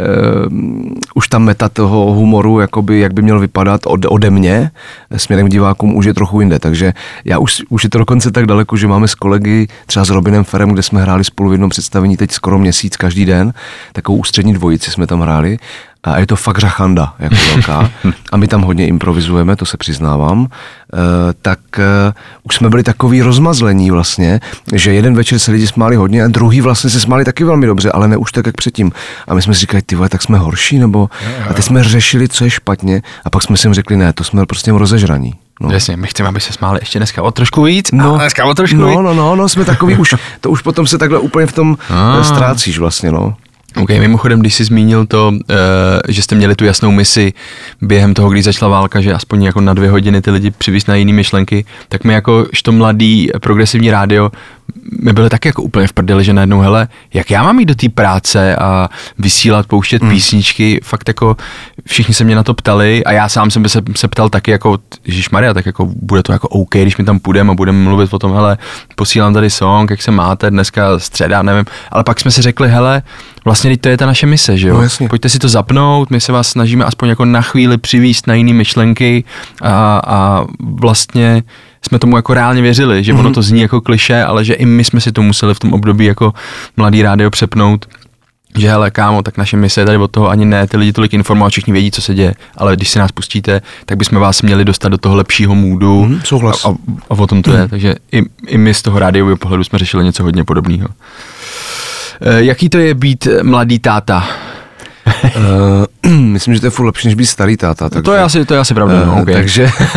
už ta meta toho humoru, jakoby, jak by měl vypadat ode mě, směrem k divákům, už je trochu jinde. Takže já už je to dokonce tak daleko, že máme s kolegy, třeba s Robinem Ferem, kde jsme hráli spolu v jednom představení teď skoro měsíc každý den, takovou ústřední dvojici jsme tam hráli. a je to fakt řachanda jako velká a my tam hodně improvizujeme, to se přiznávám, tak už jsme byli takový rozmazlení vlastně, že jeden večer se lidi smáli hodně a druhý vlastně se smáli taky velmi dobře, ale ne už tak, jak předtím. A my jsme si říkali, ty vole, tak jsme horší, nebo a teď jsme řešili, co je špatně a pak jsme si jim řekli, ne, to jsme prostě rozežraní. No. Jasně, my chceme, aby se smáli ještě dneska o trošku víc, a dneska o trošku víc. No, jsme takový to už potom se takhle úplně v tom ztrácíš vlastně, no. OK, mimochodem, když jsi zmínil to, že jste měli tu jasnou misi během toho, když začala válka, že aspoň jako na 2 hodiny ty lidi přivízt na jiný myšlenky, tak my jako to mladý progresivní rádio, my byli taky jako úplně v prdeli, že najednou, hele, jak já mám jít do té práce a vysílat, pouštět písničky, fakt jako všichni se mě na to ptali a já sám jsem se ptal taky jako, ježišmarja, tak jako bude to jako OK, když mi tam půjdeme a budeme mluvit o tom, hele, posílám tady song, jak se máte, dneska středa, nevím, ale pak jsme si řekli, hele, vlastně teď to je ta naše mise, že jo, pojďte si to zapnout, my se vás snažíme aspoň jako na chvíli přivízt na jiný myšlenky a vlastně jsme tomu jako reálně věřili, že ono to zní jako klišé, ale že i my jsme si to museli v tom období jako mladý rádio přepnout, že hele kámo, tak naše mise je tady od toho ani ne, ty lidi tolik informovat, všichni vědí, co se děje, ale když si nás pustíte, tak bychom vás měli dostat do toho lepšího moodu a o tom to je, takže i my z toho rádiového pohledu jsme řešili něco hodně podobného. Jaký to je být mladý táta? Myslím, že to je furt lepší, než být starý táta. Takže, to je asi pravda. Okay.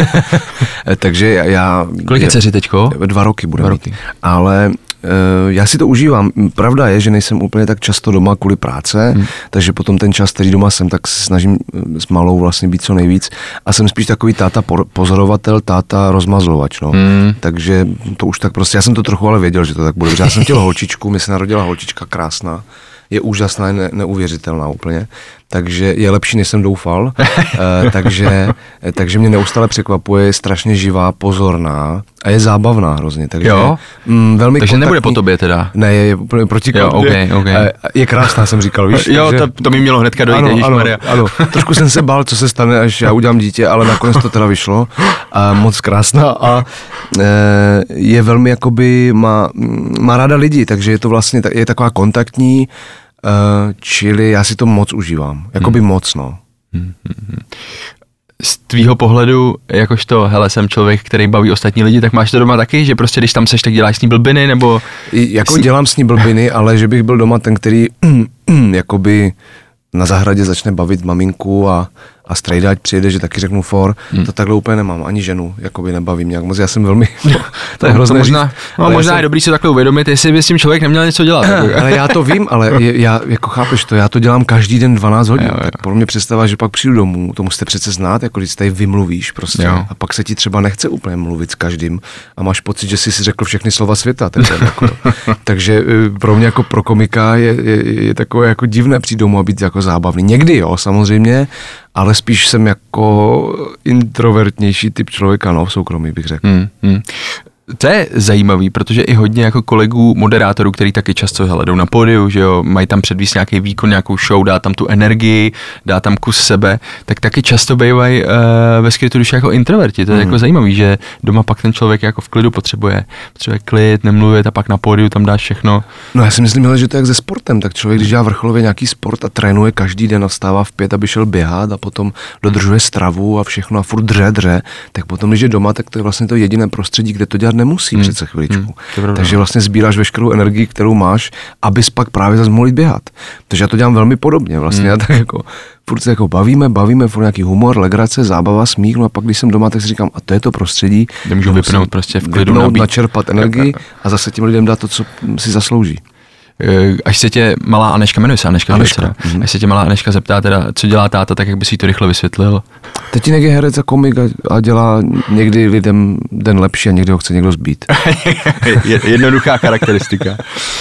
Takže já... Kolik je dceři teďko? 2 roky bude mít. Ale já si to užívám. Pravda je, že nejsem úplně tak často doma kvůli práce, takže potom ten čas, který doma jsem, tak se snažím s malou vlastně být co nejvíc. A jsem spíš takový táta pozorovatel, táta rozmazlovač. No. Takže to už tak prostě, já jsem to trochu ale věděl, že to tak bude. Já jsem chtěl holčičku, mi se narodila holčička krásná. Je úžasná, neuvěřitelná úplně, takže je lepší, než jsem doufal, takže mě neustále překvapuje, je strašně živá, pozorná a je zábavná hrozně, takže jo? Velmi takže kontaktní. Nebude po tobě teda? Ne, je úplně proti okay. Je krásná, jsem říkal, víš? Jo, takže... to mi mělo hnedka dojít, ježišmarja. Ano, trošku jsem se bál, co se stane, až já udělám dítě, ale nakonec to teda vyšlo a moc krásná a je velmi jakoby, má ráda lidi, takže je to vlastně, je taková kontaktní, čili já si to moc užívám, jakoby moc, no. Z tvýho pohledu, jakožto, hele, jsem člověk, který baví ostatní lidi, tak máš to doma taky, že prostě když tam seš, tak děláš s ní blbiny, nebo... Jako dělám s ní blbiny, ale že bych byl doma ten, který jakoby na zahradě začne bavit maminku a strejda, ať přijede, že taky řeknu to takhle úplně nemám, ani ženu, jakoby nebavím nějak moc, já jsem velmi, to je hrozné možná je dobrý si takhle uvědomit, jestli by s tím člověk neměl něco dělat. Ale já to vím, ale já, jako chápeš to, já to dělám každý den 12 hodin, tak pro mě představa, že pak přijdu domů, to musíte přece znát, jako když tady vymluvíš prostě a pak se ti třeba nechce úplně mluvit s každým a máš pocit, že jsi si řekl všechny slova světa. Takže pro mě jako pro komika je takové jako divné přijít domů a být jako zábavný. Někdy jo, samozřejmě, ale spíš jsem jako introvertnější typ člověka, no, v soukromí bych řekl. To je zajímavý, protože i hodně jako kolegů, moderátorů, který taky často jdou na pódiu, že jo, mají tam předvíst nějaký výkon, nějakou show, dá tam tu energii, dá tam kus sebe, tak taky často bývají ve skrytu duši jako introverti. To je jako zajímavý, že doma pak ten člověk jako v klidu potřebuje klid, nemluvit a pak na pódiu tam dáš všechno. No já si myslím, že to je jak se sportem, tak člověk, když dělá vrcholově nějaký sport a trénuje každý den a vstává v 5, aby šel běhat a potom dodržuje stravu a všechno a furt dře, tak potom, když je doma, tak to je vlastně to jediné prostředí, kde to dělat nemusí přece chviličku. Takže vlastně sbíráš veškerou energii, kterou máš, abys pak právě zase mohl jít běhat. Takže já to dělám velmi podobně vlastně. Já tak jako furt se jako bavíme, furt nějaký humor, legrace, zábava, smích, no a pak když jsem doma, tak si říkám, a to je to prostředí, kde můžu vypnout prostě v klidu, načerpat energii a zase těm lidem dát to, co si zaslouží. Až se tě malá Aneška, jmenuje se Aneška. Až se tě malá Aneška zeptá teda, co dělá táta, tak jak bys jí to rychle vysvětlil? Tatínek je herec a komik a dělá někdy lidem den lepší a někdy ho chce někdo zbít. Jednoduchá charakteristika.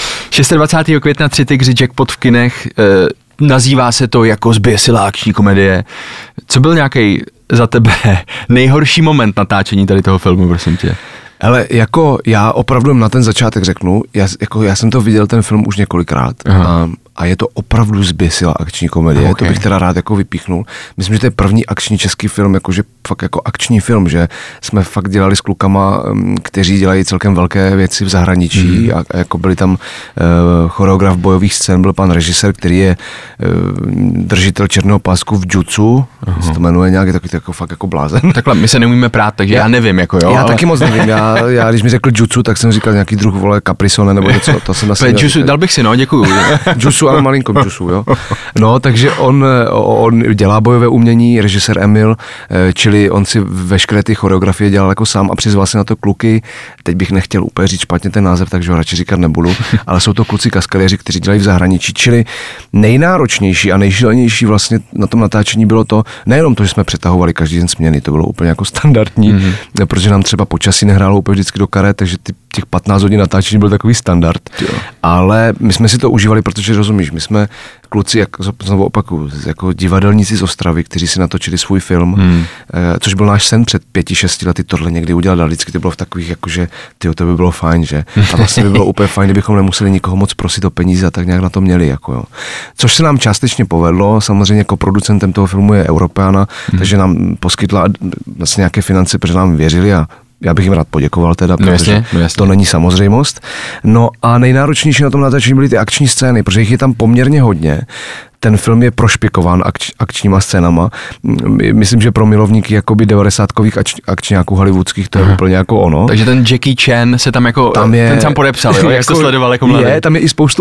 26. května 3 tygři, jackpot v kinech, nazývá se to jako zběsilá akční komedie. Co byl nějaký za tebe nejhorší moment natáčení tady toho filmu, prosím tě? Ale jako já opravdu na ten začátek řeknu, já jsem to viděl ten film už několikrát a je to opravdu zběsilá akční komedie. To bych teda rád jako vypíchnul. Myslím, že to je první akční český film, jakože fakt jako akční film, že jsme fakt dělali s klukama, kteří dělají celkem velké věci v zahraničí a jako byli tam choreograf bojových scén, byl pan režisér, který je držitel černého pásku v jutsu, se to jmenuje nějak, je takový jako fakt jako blázen. Takhle, my se neumíme prát, takže já nevím, jako jo. Já taky moc nevím, já když mi řekl jutsu, tak jsem říkal nějaký druh, vole, caprisone nebo něco, to jsem asi jutsu, dal bych si, no, děkuju. Jutsu, ale malinko jutsu, jo. No, takže on dělá bojové umění, režisér Emil, čili on si veškeré ty choreografie dělal jako sám a přizval si na to kluky. Teď bych nechtěl úplně říct špatně ten název, takže ho radši říkat nebudu, ale jsou to kluci kaskadéři, kteří dělají v zahraničí, čili nejnáročnější a nejšílenější vlastně na tom natáčení bylo to, nejenom to, že jsme přetahovali každý den směny, to bylo úplně jako standardní, protože nám třeba počasí nehrálo úplně vždycky do karet, takže těch 15 hodin natáčení byl takový standard, ale my jsme si to užívali, protože rozumíš, my jsme kluci, jak znovu opakuju, jako divadelníci z Ostravy, kteří si natočili svůj film, což byl náš sen před 5-6 lety tohle někdy udělat, a vždycky to bylo v takových, jakože to by bylo fajn, že? A vlastně by bylo úplně fajn, kdybychom nemuseli nikoho moc prosit o peníze a tak nějak na to měli, jako jo. Což se nám částečně povedlo, samozřejmě jako producentem toho filmu je Europeana, takže nám poskytla vlastně nějaké finance, protože nám věřili a já bych jim rád poděkoval teda, protože to není samozřejmost. No a nejnáročnější na tom natáčení byly ty akční scény, protože jich je tam poměrně hodně. Ten film je prošpikován akčníma scénama. Myslím, že pro milovníky jakoby 90kových akčňáků hollywoodských to je úplně jako ono. Takže ten Jackie Chan se tam jako, ten sám podepsal, jo? Jak to sledoval jako mladý. Tam je i spoustu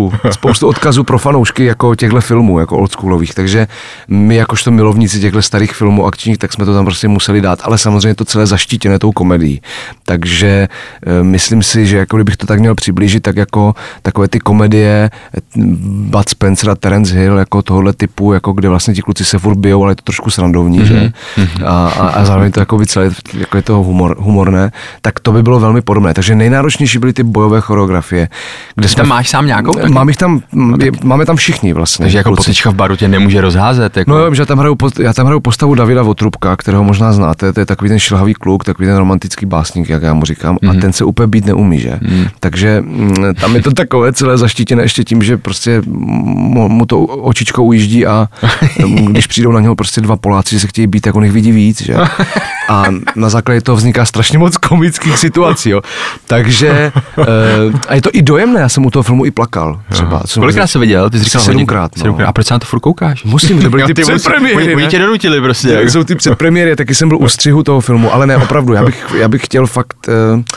odkazů pro fanoušky jako těchto filmů, jako oldschoolových, takže my jakožto milovníci těchto starých filmů akčních, tak jsme to tam prostě museli dát, ale samozřejmě to celé zaštítěné tou komedií. Takže myslím si, že jako kdybych to tak měl přiblížit, tak jako takové ty komedie Bud Spencer a Terence Hill, jako tohohle typu, jako kde vlastně ti kluci se furt bijou, ale je to trošku srandovní, že? A zároveň to jako celé, jako je to humorné, tak to by bylo velmi podobné. Takže nejnáročnější byly ty bojové choreografie. Kde tam máš sám nějakou? Máme tam všichni vlastně. Takže jako potička v baru tě nemůže rozházet. Jako... No, že já tam hraju postavu Davida Votrubka, kterého možná znáte, to je takový ten šilhavý kluk, takový ten romantický básník, jak já mu říkám, a ten se úplně být neumí, že? Takže tam je to takové celé zaštítěné ještě tím, že prostě mu to očičko ujíždí a když přijdou na něho prostě dva Poláci, že se chtějí být, tak on jich vidí víc, že? A na základě toho vzniká strašně moc komických situací, jo. Takže a je to i dojemné, já jsem u toho filmu i plakal třeba. Kolikrát jsi viděl? Ty jsi říkal 7krát. No. A proč se na to furt koukáš? Musím, to byly ty předpremiéry. Oni tě donutili prostě. To jsou ty předpremiéry, taky jsem byl u střihu toho filmu, ale ne, opravdu, já bych chtěl fakt...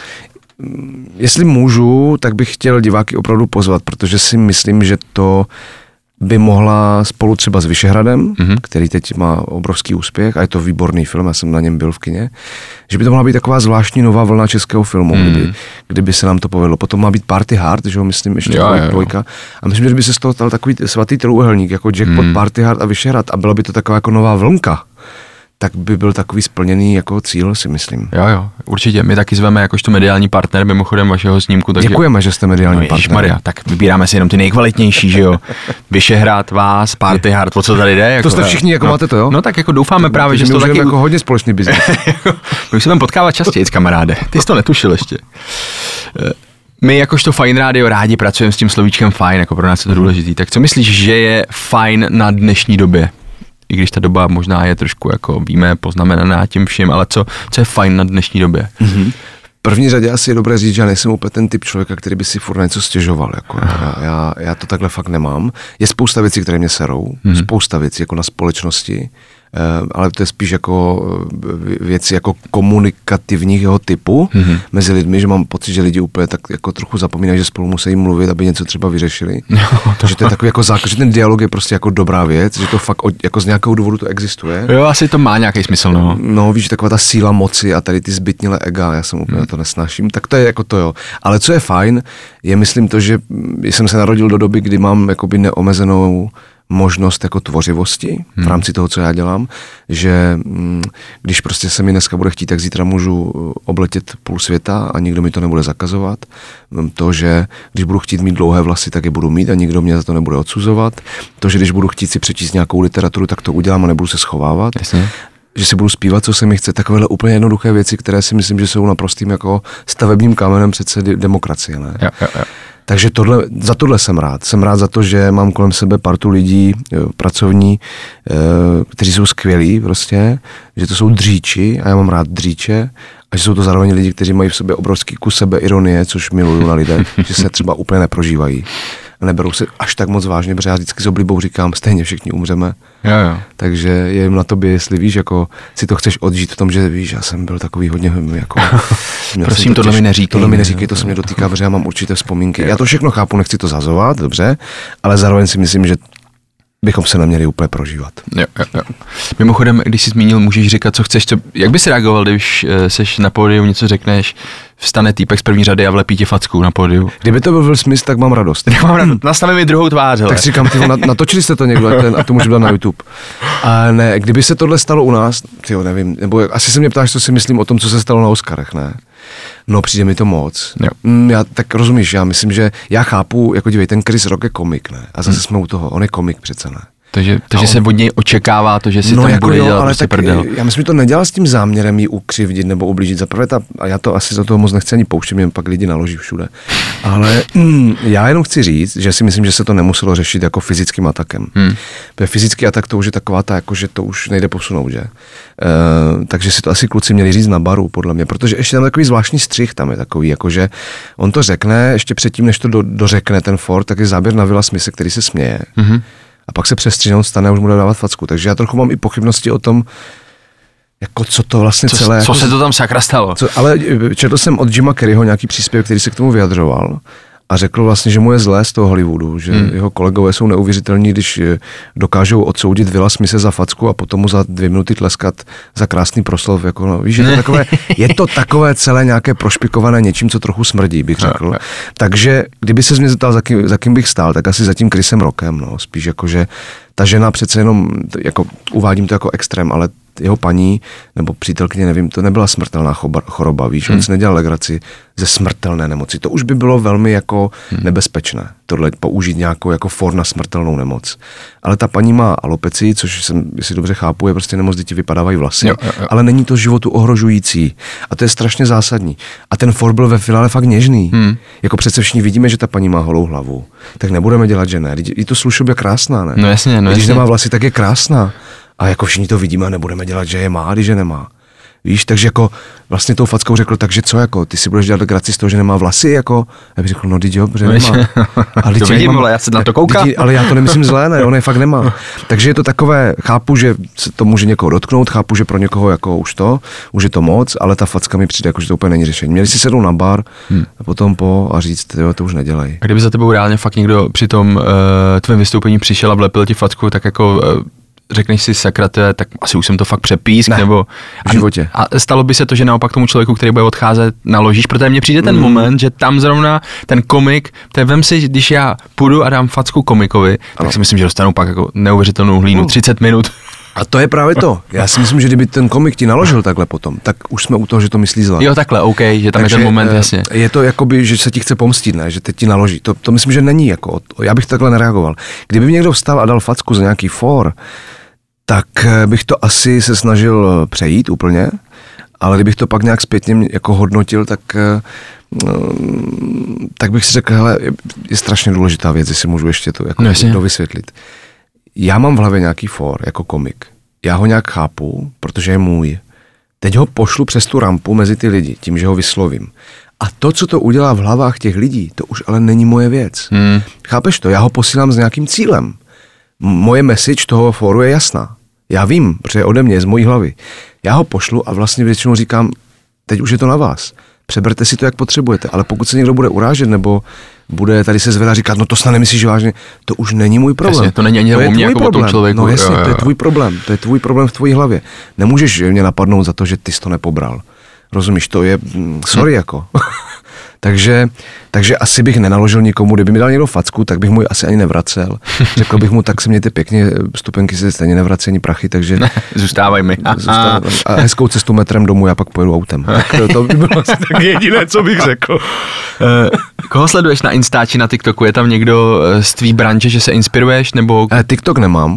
jestli můžu, tak bych chtěl diváky opravdu pozvat, protože si myslím, že to by mohla spolu třeba s Vyšehradem, který teď má obrovský úspěch a je to výborný film, já jsem na něm byl v kině, že by to mohla být taková zvláštní nová vlna českého filmu, kdyby se nám to povedlo. Potom má být Party Hard, že ho myslím ještě dvojka. A myslím, že by se z toho stal takový svatý trojúhelník, jako Jackpot, Party Hard a Vyšehrad a byla by to taková jako nová vlnka. Tak by byl takový splněný jako cíl, si myslím. Jo, určitě. My taky zveme jakožto mediální partner mimochodem vašeho snímku. Takže... Děkujeme, že jste mediální partner. Maria, tak vybíráme si jenom ty nejkvalitnější, že jo. Vyšehrad, vás, Party Hard, o co tady jde? Jako, to jste všichni, jako máte to, jo? No tak jako doufáme právě, že to taky... jako hodně společný biznis. My se tam potkávat častěji, kamaráde. Ty jsi to netušil ještě. My jakožto Fajn rádio rádi pracujeme s tím slovíčkem fajn, jako pro nás je to důležitý. Tak co myslíš, že je fajn na dnešní době? I když ta doba možná je trošku, jako víme, poznamenaná tím vším, ale co je fajn na dnešní době? V první řadě asi je dobré říct, že já nejsem úplně ten typ člověka, který by si furt na něco stěžoval. Jako. Já to takhle fakt nemám. Je spousta věcí, které mě serou, spousta věcí jako na společnosti, ale to je spíš jako věci jako komunikativního typu mezi lidmi, že mám pocit, že lidi úplně tak jako trochu zapomínají, že spolu musí mluvit, aby něco třeba vyřešili. Takže to je takový jako základ, že ten dialog je prostě jako dobrá věc, že to fakt jako z nějakého důvodu to existuje. Jo, asi to má nějaký smysl, no. No, víš, taková ta síla moci a tady ty zbytnělé ega, já jsem úplně to nesnáším, tak to je jako to, jo. Ale co je fajn, je myslím to, že jsem se narodil do doby, kdy mám jakoby neomezenou možnost jako tvořivosti v rámci toho, co já dělám, že když prostě se mi dneska bude chtít, tak zítra můžu obletět půl světa a nikdo mi to nebude zakazovat. To, že když budu chtít mít dlouhé vlasy, tak je budu mít a nikdo mě za to nebude odsuzovat. To, že když budu chtít si přečíst nějakou literaturu, tak to udělám a nebudu se schovávat. Jasně. Že si budu zpívat, co se mi chce, takovéhle úplně jednoduché věci, které si myslím, že jsou naprostým jako stavebním kamenem přece demokracie, ne? Jo. Takže za tohle jsem rád. Jsem rád za to, že mám kolem sebe partu lidí pracovní, kteří jsou skvělí prostě, že to jsou dříči a já mám rád dříče a že jsou to zároveň lidi, kteří mají v sobě obrovský kus sebeironie, což miluju na lidech, že se třeba úplně neprožívají. Neberou se až tak moc vážně, protože já vždycky s oblibou říkám, stejně všichni umřeme. Jo. Takže je jim na tobě, jestli víš, jako si to chceš odžít v tom, že víš, já jsem byl takový hodně jako... Prosím, tohle mi neříkej. Tohle mi neříkej, to se mě dotýká, protože já mám určité vzpomínky. Já to všechno chápu, nechci to zazovat, dobře, ale zároveň si myslím, že bychom se neměli úplně prožívat. Jo. Mimochodem, když jsi zmínil, můžeš říkat, co chceš, jak bys reagoval, když seš na pódiu, něco řekneš, vstane týpek z první řady a vlepí ti facku na pódiu? Kdyby to byl Will Smith, tak mám radost. Nastaví mi druhou tvář, hele. Tak si říkám, natočili jste to někdo a to může být na YouTube. A ne, kdyby se tohle stalo u nás, nevím, nebo asi se mě ptáš, co si myslím o tom, co se stalo na Oscarech, ne? No, přijde mi to moc. Já tak rozumíš, já myslím, že já chápu, jako dívej, ten Chris Rock je komik, ne? A zase jsme u toho, on je komik přece, ne? Takže se od něj očekává to, že si tam jako bude dělat ale prostě tak, prdel. Já myslím, že to nedělal s tím záměrem jí ukřivdit nebo ublížit. Zaprvé a já to asi za toho moc nechci ani pouštět, mě pak lidi naloží všude. Ale já jenom chci říct, že si myslím, že se to nemuselo řešit jako fyzickým atakem. Fyzický atak to už je taková ta, jako, že to už nejde posunout, že? Takže si to asi kluci měli říct na baru, podle mě, protože ještě tam takový zvláštní střih tam je takový, jakože on to řekne, ještě předtím, než to dořekne ten Ford, tak je záběr na Willa Smithe, který se směje. A pak se přestřihne, on stane a už mu dávat facku. Takže já trochu mám i pochybnosti o tom, jako co to vlastně celé... Co se to tam sakra stalo? Ale četl jsem od Jima Carreyho nějaký příspěvek, který se k tomu vyjadřoval a řekl vlastně, že mu je zlé z toho Hollywoodu, že jeho kolegové jsou neuvěřitelní, když dokážou odsoudit Willa Smithe za facku a potom mu za 2 minuty tleskat za krásný proslov. Jako, no, víš, je to takové celé nějaké prošpikované něčím, co trochu smrdí, bych řekl. Takže kdyby se mě zeptal, za kým bych stál, tak asi za tím Chrisem Rockem. No. Spíš jako, že ta žena přece jenom, jako, uvádím to jako extrém, ale jeho paní nebo přítelkyně, nevím, to nebyla smrtelná choroba, víš, on si nedělal legraci ze smrtelné nemoci. To už by bylo velmi jako nebezpečné, tohle použít nějakou jako for na smrtelnou nemoc. Ale ta paní má alopecii, což jsem, jestli dobře chápu, je prostě nemoc, kdy ti vypadávají vlasy, jo. Ale není to životu ohrožující. A to je strašně zásadní. A ten for byl ve finále fakt něžný. Jako přece všichni vidíme, že ta paní má holou hlavu. Tak nebudeme dělat, že ne. Je to slušobě krásná, ne? No jasně, když nemá vlasy, tak je krásná. A jako všichni to vidíme a nebudeme dělat, že je má, když je nemá. Víš, takže jako vlastně tou fackou řekl, takže co, jako, ty si budeš dělat legraci z toho, že nemá vlasy, jako, já bych řekl, no teď jo, protože nemá. Ale to vidím, já se na to koukám. Ale já to nemyslím zlé, ne, on je fakt nemá. Takže je to takové, chápu, že se to může někoho dotknout, chápu, že pro někoho jako už je to moc, ale ta facka mi přijde, jako, že to úplně není řešení. Měli si sednout na bar a potom a říct, jo, to už nedělej. A kdyby za tebou reálně fakt někdo při tom tvém vystoupení přišel a vlepil ti facku, tak jako řekneš si, sakra, tak asi už jsem to fakt přepísk, ne, nebo... v životě. A stalo by se to, že naopak tomu člověku, který bude odcházet, naložíš, protože mně přijde ten moment, že tam zrovna ten komik, vem si, když já půjdu a dám facku komikovi, tak si myslím, že dostanu pak jako neuvěřitelnou hlínu, 30 minut. A to je právě to. Já si myslím, že kdyby ten komik ti naložil takhle potom, tak už jsme u toho, že to myslí zle. Jo, takhle, OK, že tam takže je ten moment, jasně. Je to jakoby, že se ti chce pomstit, ne, že teď ti naloží. To myslím, že není jako, já bych takhle nereagoval. Kdyby někdo vstal a dal facku za nějaký for, tak bych to asi se snažil přejít úplně, ale kdybych to pak nějak zpětně jako hodnotil, tak bych si řekl, hele, je strašně důležitá věc, jestli můžu ještě to jako dovysvětlit. Já mám v hlavě nějaký for jako komik. Já ho nějak chápu, protože je můj. Teď ho pošlu přes tu rampu mezi ty lidi, tím, že ho vyslovím. A to, co to udělá v hlavách těch lidí, to už ale není moje věc. Chápeš to? Já ho posílám s nějakým cílem. Moje message toho fóru je jasná. Já vím, protože je ode mě, z mojí hlavy. Já ho pošlu a vlastně většinou říkám, teď už je to na vás. Přeberte si to, jak potřebujete, ale pokud se někdo bude urážet nebo bude tady se zvedat říkat, no to snad nemyslíš vážně, to už není můj problém. Jasně, to není ani o mě jako o tom člověku. No jasně, to je tvůj problém, to je tvůj problém v tvojí hlavě. Nemůžeš mě napadnout za to, že ty jsi to nepobral. Rozumíš, to je, sorry jako. Takže asi bych nenaložil nikomu, kdyby mi dal někdo facku, tak bych mu ji asi ani nevracel. Řekl bych mu, tak se mějte pěkně, vstupenky se stejně nevrací ani prachy, takže... Zůstávaj mi. A hezkou cestu metrem domů, já pak pojedu autem. Tak to by bylo asi tak jediné, co bych řekl. Koho sleduješ na Instači, na TikToku? Je tam někdo z tvý branže, že se inspiruješ, nebo... TikTok nemám. Ne?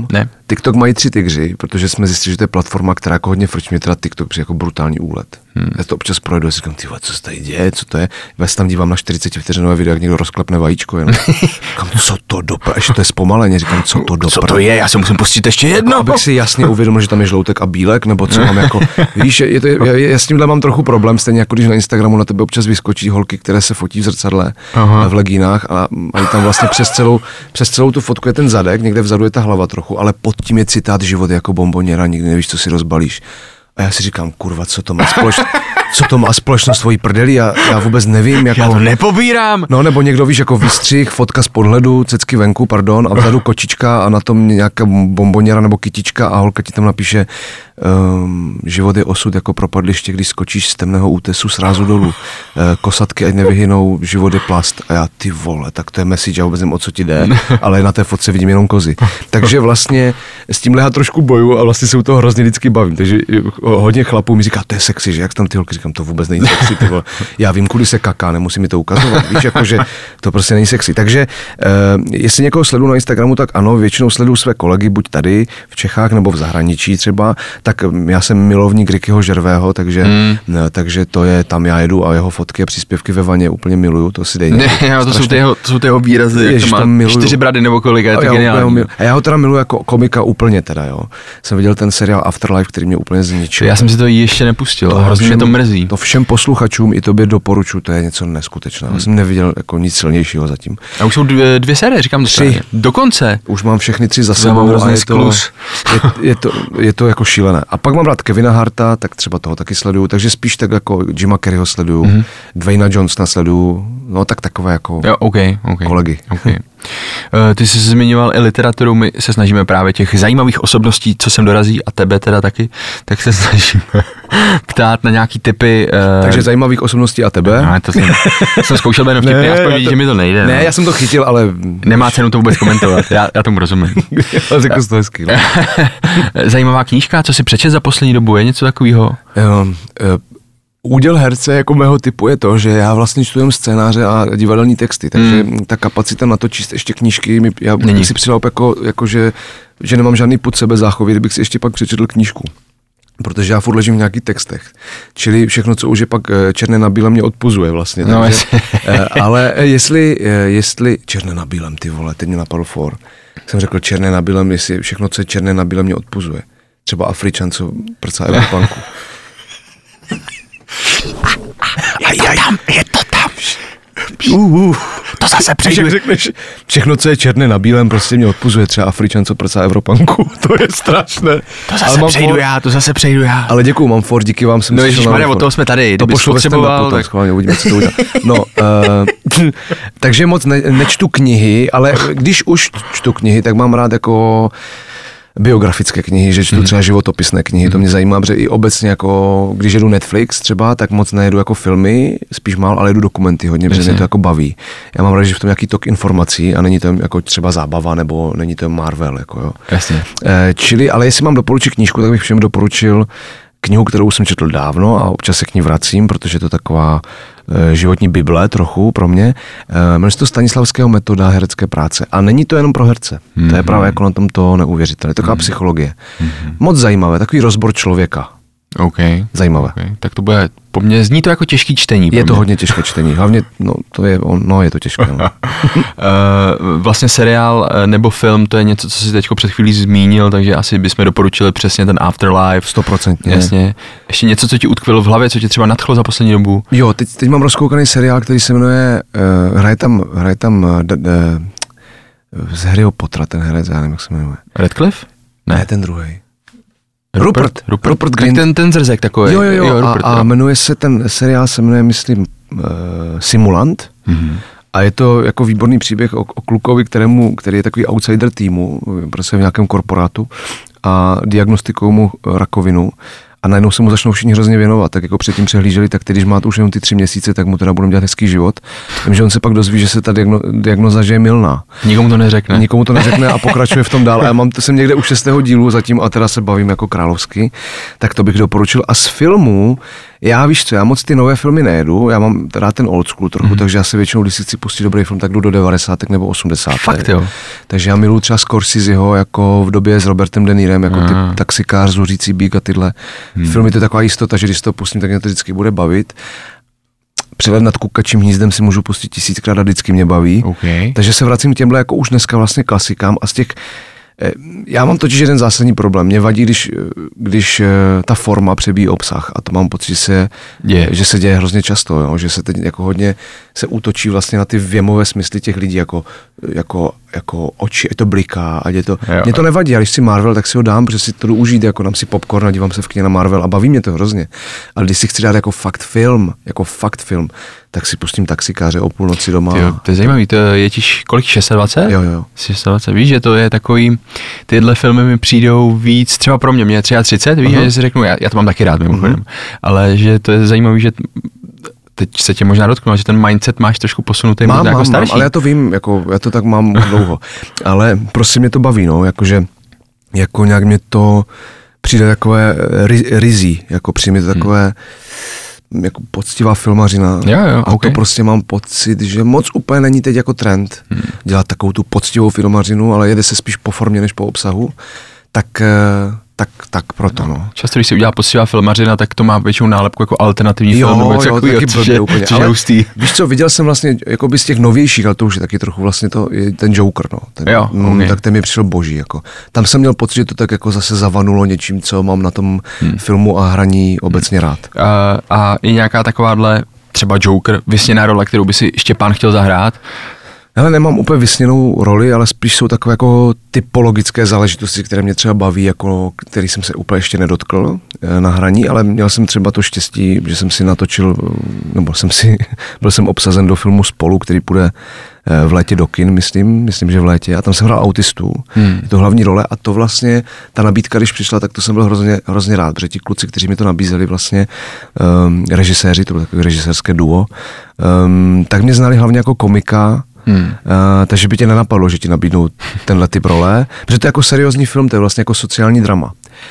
TikTok mají 3 tygři, protože jsme zjistili, že to je platforma, která jako hodně frčí. Mě teda TikTok přijde jako brutální úlet. Já to občas projedu a si říkám, ty co se tady děje, co to je? Já se tam dívám na 40 vteřinové video, jak někdo rozklepne vajíčko. Jenom. Říkám, co to ještě to je zpomaleně, říkám, co to Co to je, já se musím pustit ještě jedno. Jako, abych si jasně uvědomil, že tam je žloutek a bílek, nebo co mám jako, víš, já s tímhle mám trochu problém, stejně jako když na Instagramu na tebe občas vyskočí holky, které se fotí v zrcadle v legínách a mají tam vlastně přes celou tu fotku je ten zadek, někde vzadu je ta hlava trochu, ale pod tím je citát život jako bomboněra, nikdy nevíš, co si rozbalíš. A já si říkám, kurva, co to má společnost tvojí prdeli, já vůbec nevím. Jako... Já to nepobírám. No nebo někdo, víš, jako výstřih, fotka z podhledu, cecky venku, pardon, a vzadu kočička a na tom nějaká bomboněra nebo kytička a holka ti tam napíše život je osud jako propadliště, když skočíš z temného útesu srázu dolů. Kosatky ať nevyhynou, život je plast. A já, ty vole, tak to je message, já vůbec nevím, o co ti jde, ale na té fotce vidím jenom kozy. Takže vlastně s tímhle já trošku boju a vlastně se u toho hrozně vždycky bavím. Takže hodně chlapů mi říká, to je sexy, že jak tam ty holky, říkám, to vůbec není sexy, ty vole. Já vím, kudy se kaká, nemusím mi to ukazovat, víš, jakože to prostě není sexy. Takže jestli někoho sleduju na Instagramu, tak ano, většinou sleduju své kolegy, buď tady v Čechách nebo v zahraničí třeba, tak já jsem milovník Rickyho Žervého, takže to je, tam já jedu a jeho fotky a příspěvky ve vaně úplně miluju, to si dej. Ne, to jsou ty jeho výrazy, Ježiš, jak to má 4 brady nebo kolik, je to geniální. A já ho teda miluji jako komika úplně teda, jo. Jsem viděl ten seriál Afterlife, který mě úplně zničil. Já jsem si to ještě nepustil, hrozně mě to mrzí. To všem posluchačům i tobě doporučuji, to je něco neskutečného. Já jsem neviděl jako nic silnějšího zatím. A už jsou 2 série, říkám to 3. Dokonce. Už mám všechny 3 za sebou a je to jako šílené. A pak mám rád Kevina Harta, tak třeba toho taky sleduju, takže spíš tak jako Jima Carreyho sleduju, Dwayna Johnsona sleduju, no tak takové jako kolegy. Okay. Ty jsi zmiňoval i literaturu, my se snažíme právě těch zajímavých osobností, co sem dorazí a tebe teda taky, tak se snažíme ptát na nějaký typy. Takže zajímavých osobností a tebe? No, to jsem zkoušel jenom vtipně, aspoň vidíš, že mi to nejde. Ne, já jsem to chytil, ale... Nemá cenu to vůbec komentovat, já tomu rozumím. Ale řekl jsi to hezky. Zajímavá knížka, co si přečet za poslední dobu, je něco takového? Úděl herce jako mého typu je to, že já vlastně čtujem scénáře a divadelní texty, takže ta kapacita na to číst ještě knížky, já bych si přidal jako že nemám žádný pod sebe záchovy, kdybych si ještě pak přečetl knížku. Protože já furt ležím v nějakých textech. Čili všechno, co už je pak černé na bílém, mě odpuzuje vlastně. No, takže, ale jestli černé na bílém, ty vole, teď mě napadl for. Jsem řekl černé na bílém, jestli všechno, co je černé na bílém, mě odpuzuje. Třeba Afričan, co prcá Evropanku. Je to tam. To zase přejdu. Řekneš, všechno, co je černé na bílém, prostě mě odpuzuje, třeba Afričan, co prcá Evropanku. To je strašné. To zase přejdu já. Ale děkuju, mám for, díky vám. No ježišmarja, od toho jsme tady. To pošlu potřeboval, tak schválně, uvidíme, co to udělá. No, takže moc nečtu knihy, ale když už čtu knihy, tak mám rád jako biografické knihy, že čtu třeba životopisné knihy, to mě zajímá, protože i obecně jako, když jedu Netflix třeba, tak moc nejedu jako filmy, spíš málo, ale jedu dokumenty hodně, protože mě to jako baví. Já mám rád, že v tom nějaký tok informací a není to jako třeba zábava, nebo není to Marvel, jako jo. Jasně. Čili, ale jestli mám doporučit knížku, tak bych všem doporučil knihu, kterou jsem četl dávno a občas se k ní vracím, protože to je taková životní bible trochu pro mě. Jmenuje se to Stanislavského metoda herecké práce. A není to jenom pro herce. To je právě jako na tom to neuvěřitelné. Je taková psychologie. Moc zajímavé, takový rozbor člověka. Okay. Zajímavé. Okay. Tak to bude, po mně zní to jako těžký čtení. Je to hodně těžké čtení. Hlavně, je to těžké. No. Vlastně seriál nebo film, to je něco, co jsi teď před chvílí zmínil, takže asi bychom doporučili přesně ten Afterlife. 100%. Jasně. Ještě něco, co ti utkvělo v hlavě, co tě třeba nadchlo za poslední dobu? Jo, teď mám rozkoukaný seriál, který se jmenuje, hraje tam z Harryho Pottera, ten herec, já nevím, jak se jmenuje. Radcliffe? Ne, ten druhý. Rupert Grint. Ten zrzek takový. Jo, Rupert, a jmenuje se, ten seriál se jmenuje, myslím, Simulant. A je to jako výborný příběh o klukovi, který je takový outsider týmu, prostě v nějakém korporátu a diagnostikují mu rakovinu. A najednou se mu začnou všichni hrozně věnovat, tak jako předtím přehlíželi, tak když má to už jenom ty 3 měsíce, tak mu teda budeme dělat hezký život. Že on se pak dozví, že se ta diagnoza, že je mylná. Nikomu to neřekne a pokračuje v tom dál. A já jsem někde u 6. dílu zatím a teda se bavím jako královsky, tak to bych doporučil. A z filmu Já víš co, já moc ty nové filmy nejedu, já mám rád ten old school trochu, takže já se většinou, když si chci pustit dobrý film, tak jdu do 90. nebo 80. Fakt jo. Takže já miluji třeba Scorseseho jako v době s Robertem De Nirem, jako ty Taxikář, Zuřící býk a tyhle filmy, to je taková jistota, že když to pustím, tak mě to vždycky bude bavit. Přehled nad Kukačím hnízdem si můžu pustit 1000krát a vždycky mě baví. Okay. Takže se vracím k těmhle jako už dneska vlastně klasikám a z těch já mám totiž jeden zásadní problém. Mě vadí, když ta forma přebíjí obsah a to mám pocit, že se děje hrozně často, jo? Že se teď jako hodně se útočí vlastně na ty věmové smysly těch lidí, jako oči, je to bliká, ať je to. Mně to nevadí, a když si Marvel, tak si ho dám, protože si to jdu užít, jako dám si popcorn a dívám se v kině na Marvel a baví mě to hrozně. Ale když si chci dát jako fakt film, tak si pustím Taxikáře o půlnoci doma. Tyjo, to je zajímavý, to je kolik, 26? Jo. 26, víš, že to je takový, tyhle filmy mi přijdou víc, třeba pro mě 33, víš, že si řeknu, já to mám taky rád mimochodem, ale že to je zajímavý, že teď se tě možná dotknu, že ten mindset máš trošku posunutý možná jako starší. Ale já to vím, jako já to tak mám dlouho, ale prostě mě to baví, no, jakože jako nějak mě to přijde takové rizí, jako přijde to takové jako poctivá filmařina. Jo, a to prostě mám pocit, že moc úplně není teď jako trend dělat takovou tu poctivou filmařinu, ale jede se spíš po formě než po obsahu, tak proto, no. Často, když si udělá poctivá filmařina, tak to má většinou nálepku jako alternativní film, nebo něco takového, což je hustý. Víš co, viděl jsem vlastně jakoby z těch novějších, ale to už je taky trochu vlastně to, je ten Joker, no. Tak ten mi přišel boží, jako. Tam jsem měl pocit, že to tak jako zase zavanulo něčím, co mám na tom filmu a hraní obecně rád. A je nějaká takováhle třeba Joker, vysněná role, kterou by si Štěpán chtěl zahrát? Hele, nemám úplně vysněnou roli, ale spíš jsou takové jako typologické záležitosti, které mě třeba baví, jako který jsem se úplně ještě nedotkl na hraní, ale měl jsem třeba to štěstí, že jsem si natočil, nebo byl jsem obsazen do filmu Spolu, který půjde v létě do kin, myslím, že v létě, a tam jsem hrál autistu, je to hlavní role a to vlastně, ta nabídka, když přišla, tak to jsem byl hrozně rád, protože ti kluci, kteří mi to nabízeli vlastně, režiséři, to bylo takové režisérské duo, tak mě znali hlavně jako komika, takže by tě nenapadlo, že ti nabídnou tenhle typ role, protože to je jako seriózní film, to je vlastně jako sociální drama.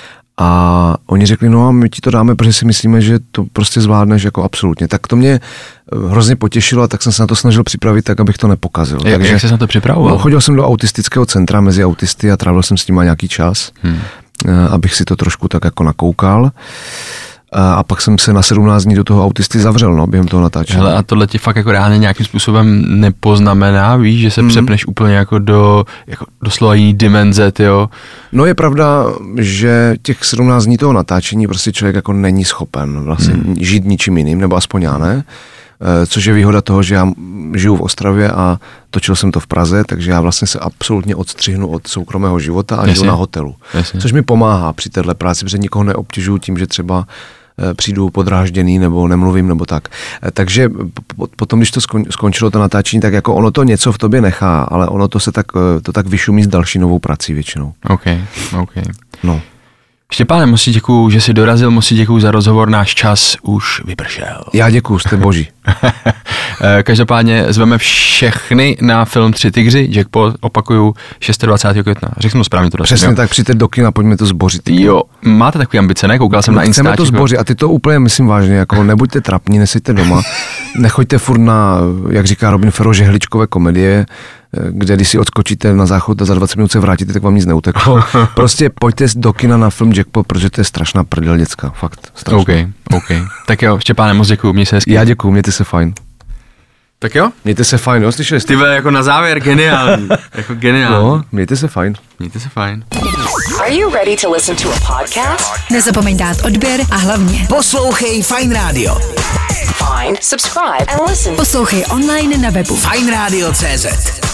A oni řekli, no a my ti to dáme, protože si myslíme, že to prostě zvládneš jako absolutně. Tak to mě hrozně potěšilo a tak jsem se na to snažil připravit tak, abych to nepokazil. Takže, jak jsi na to připravoval? Chodil jsem do autistického centra mezi autisty a trávil jsem s nima nějaký čas, abych si to trošku tak jako nakoukal. A pak jsem se na 17 dní do toho autisty zavřel, no, během toho natáčení. Hele, a tohle ti fakt jako reálně nějakým způsobem nepoznamená, víš, že se přepneš úplně jako do doslova jiný dimenze, jo? No je pravda, že těch 17 dní toho natáčení prostě člověk jako není schopen vlastně žít ničím jiným, nebo aspoň já ne. Což je výhoda toho, že já žiju v Ostravě a točil jsem to v Praze, takže já vlastně se absolutně odstřihnu od soukromého života a žiju na hotelu. Což mi pomáhá při téhle práci, protože nikoho neobtěžuju tím, že třeba přijdu podrážděný nebo nemluvím nebo tak. Takže potom, když to skončilo to natáčení, tak jako ono to něco v tobě nechá, ale ono to tak vyšumí s další novou prací většinou. OK. No. Štěpáne, moc děkuju, že jsi dorazil, moc děkuju za rozhovor, náš čas už vypršel. Já děkuju, jste boží. Každopádně zveme všechny na film 3 tygři, Jackpot, opakuju, 26. května. Řeknu správně to. Přesně tak, přijďte do kina, pojďme to zbořit. Jo, máte takový ambice, ne? Koukal jsem na Instači. Chceme to zbořit a ty to úplně myslím vážně, jako nebuďte trapní, neseďte doma, nechoďte furt na, jak říká Robin Ferro, žehličkové komedie, kde když si odskočíte na záchod a za 20 minut se vrátíte, tak vám nic neuteklo. Prostě pojďte do kina na film Jackpot, protože to je strašná prdel děcka, fakt strašná. OK. Tak jo, Štěpáne, moc děkuju, měj se hezky. Já děkuju, mějte se fajn. Tak jo? Mějte se fajn, jo, slyšeli jste? Ty jako na závěr, geniální. Jako geniální. No, mějte se fajn. Mějte se fajn. Are you ready to listen to a podcast? Nezapomeň dát odběr a hlavně Poslouchej Fajn Radio. Find, subscribe and listen. poslouchej online na webu Fajnradio.cz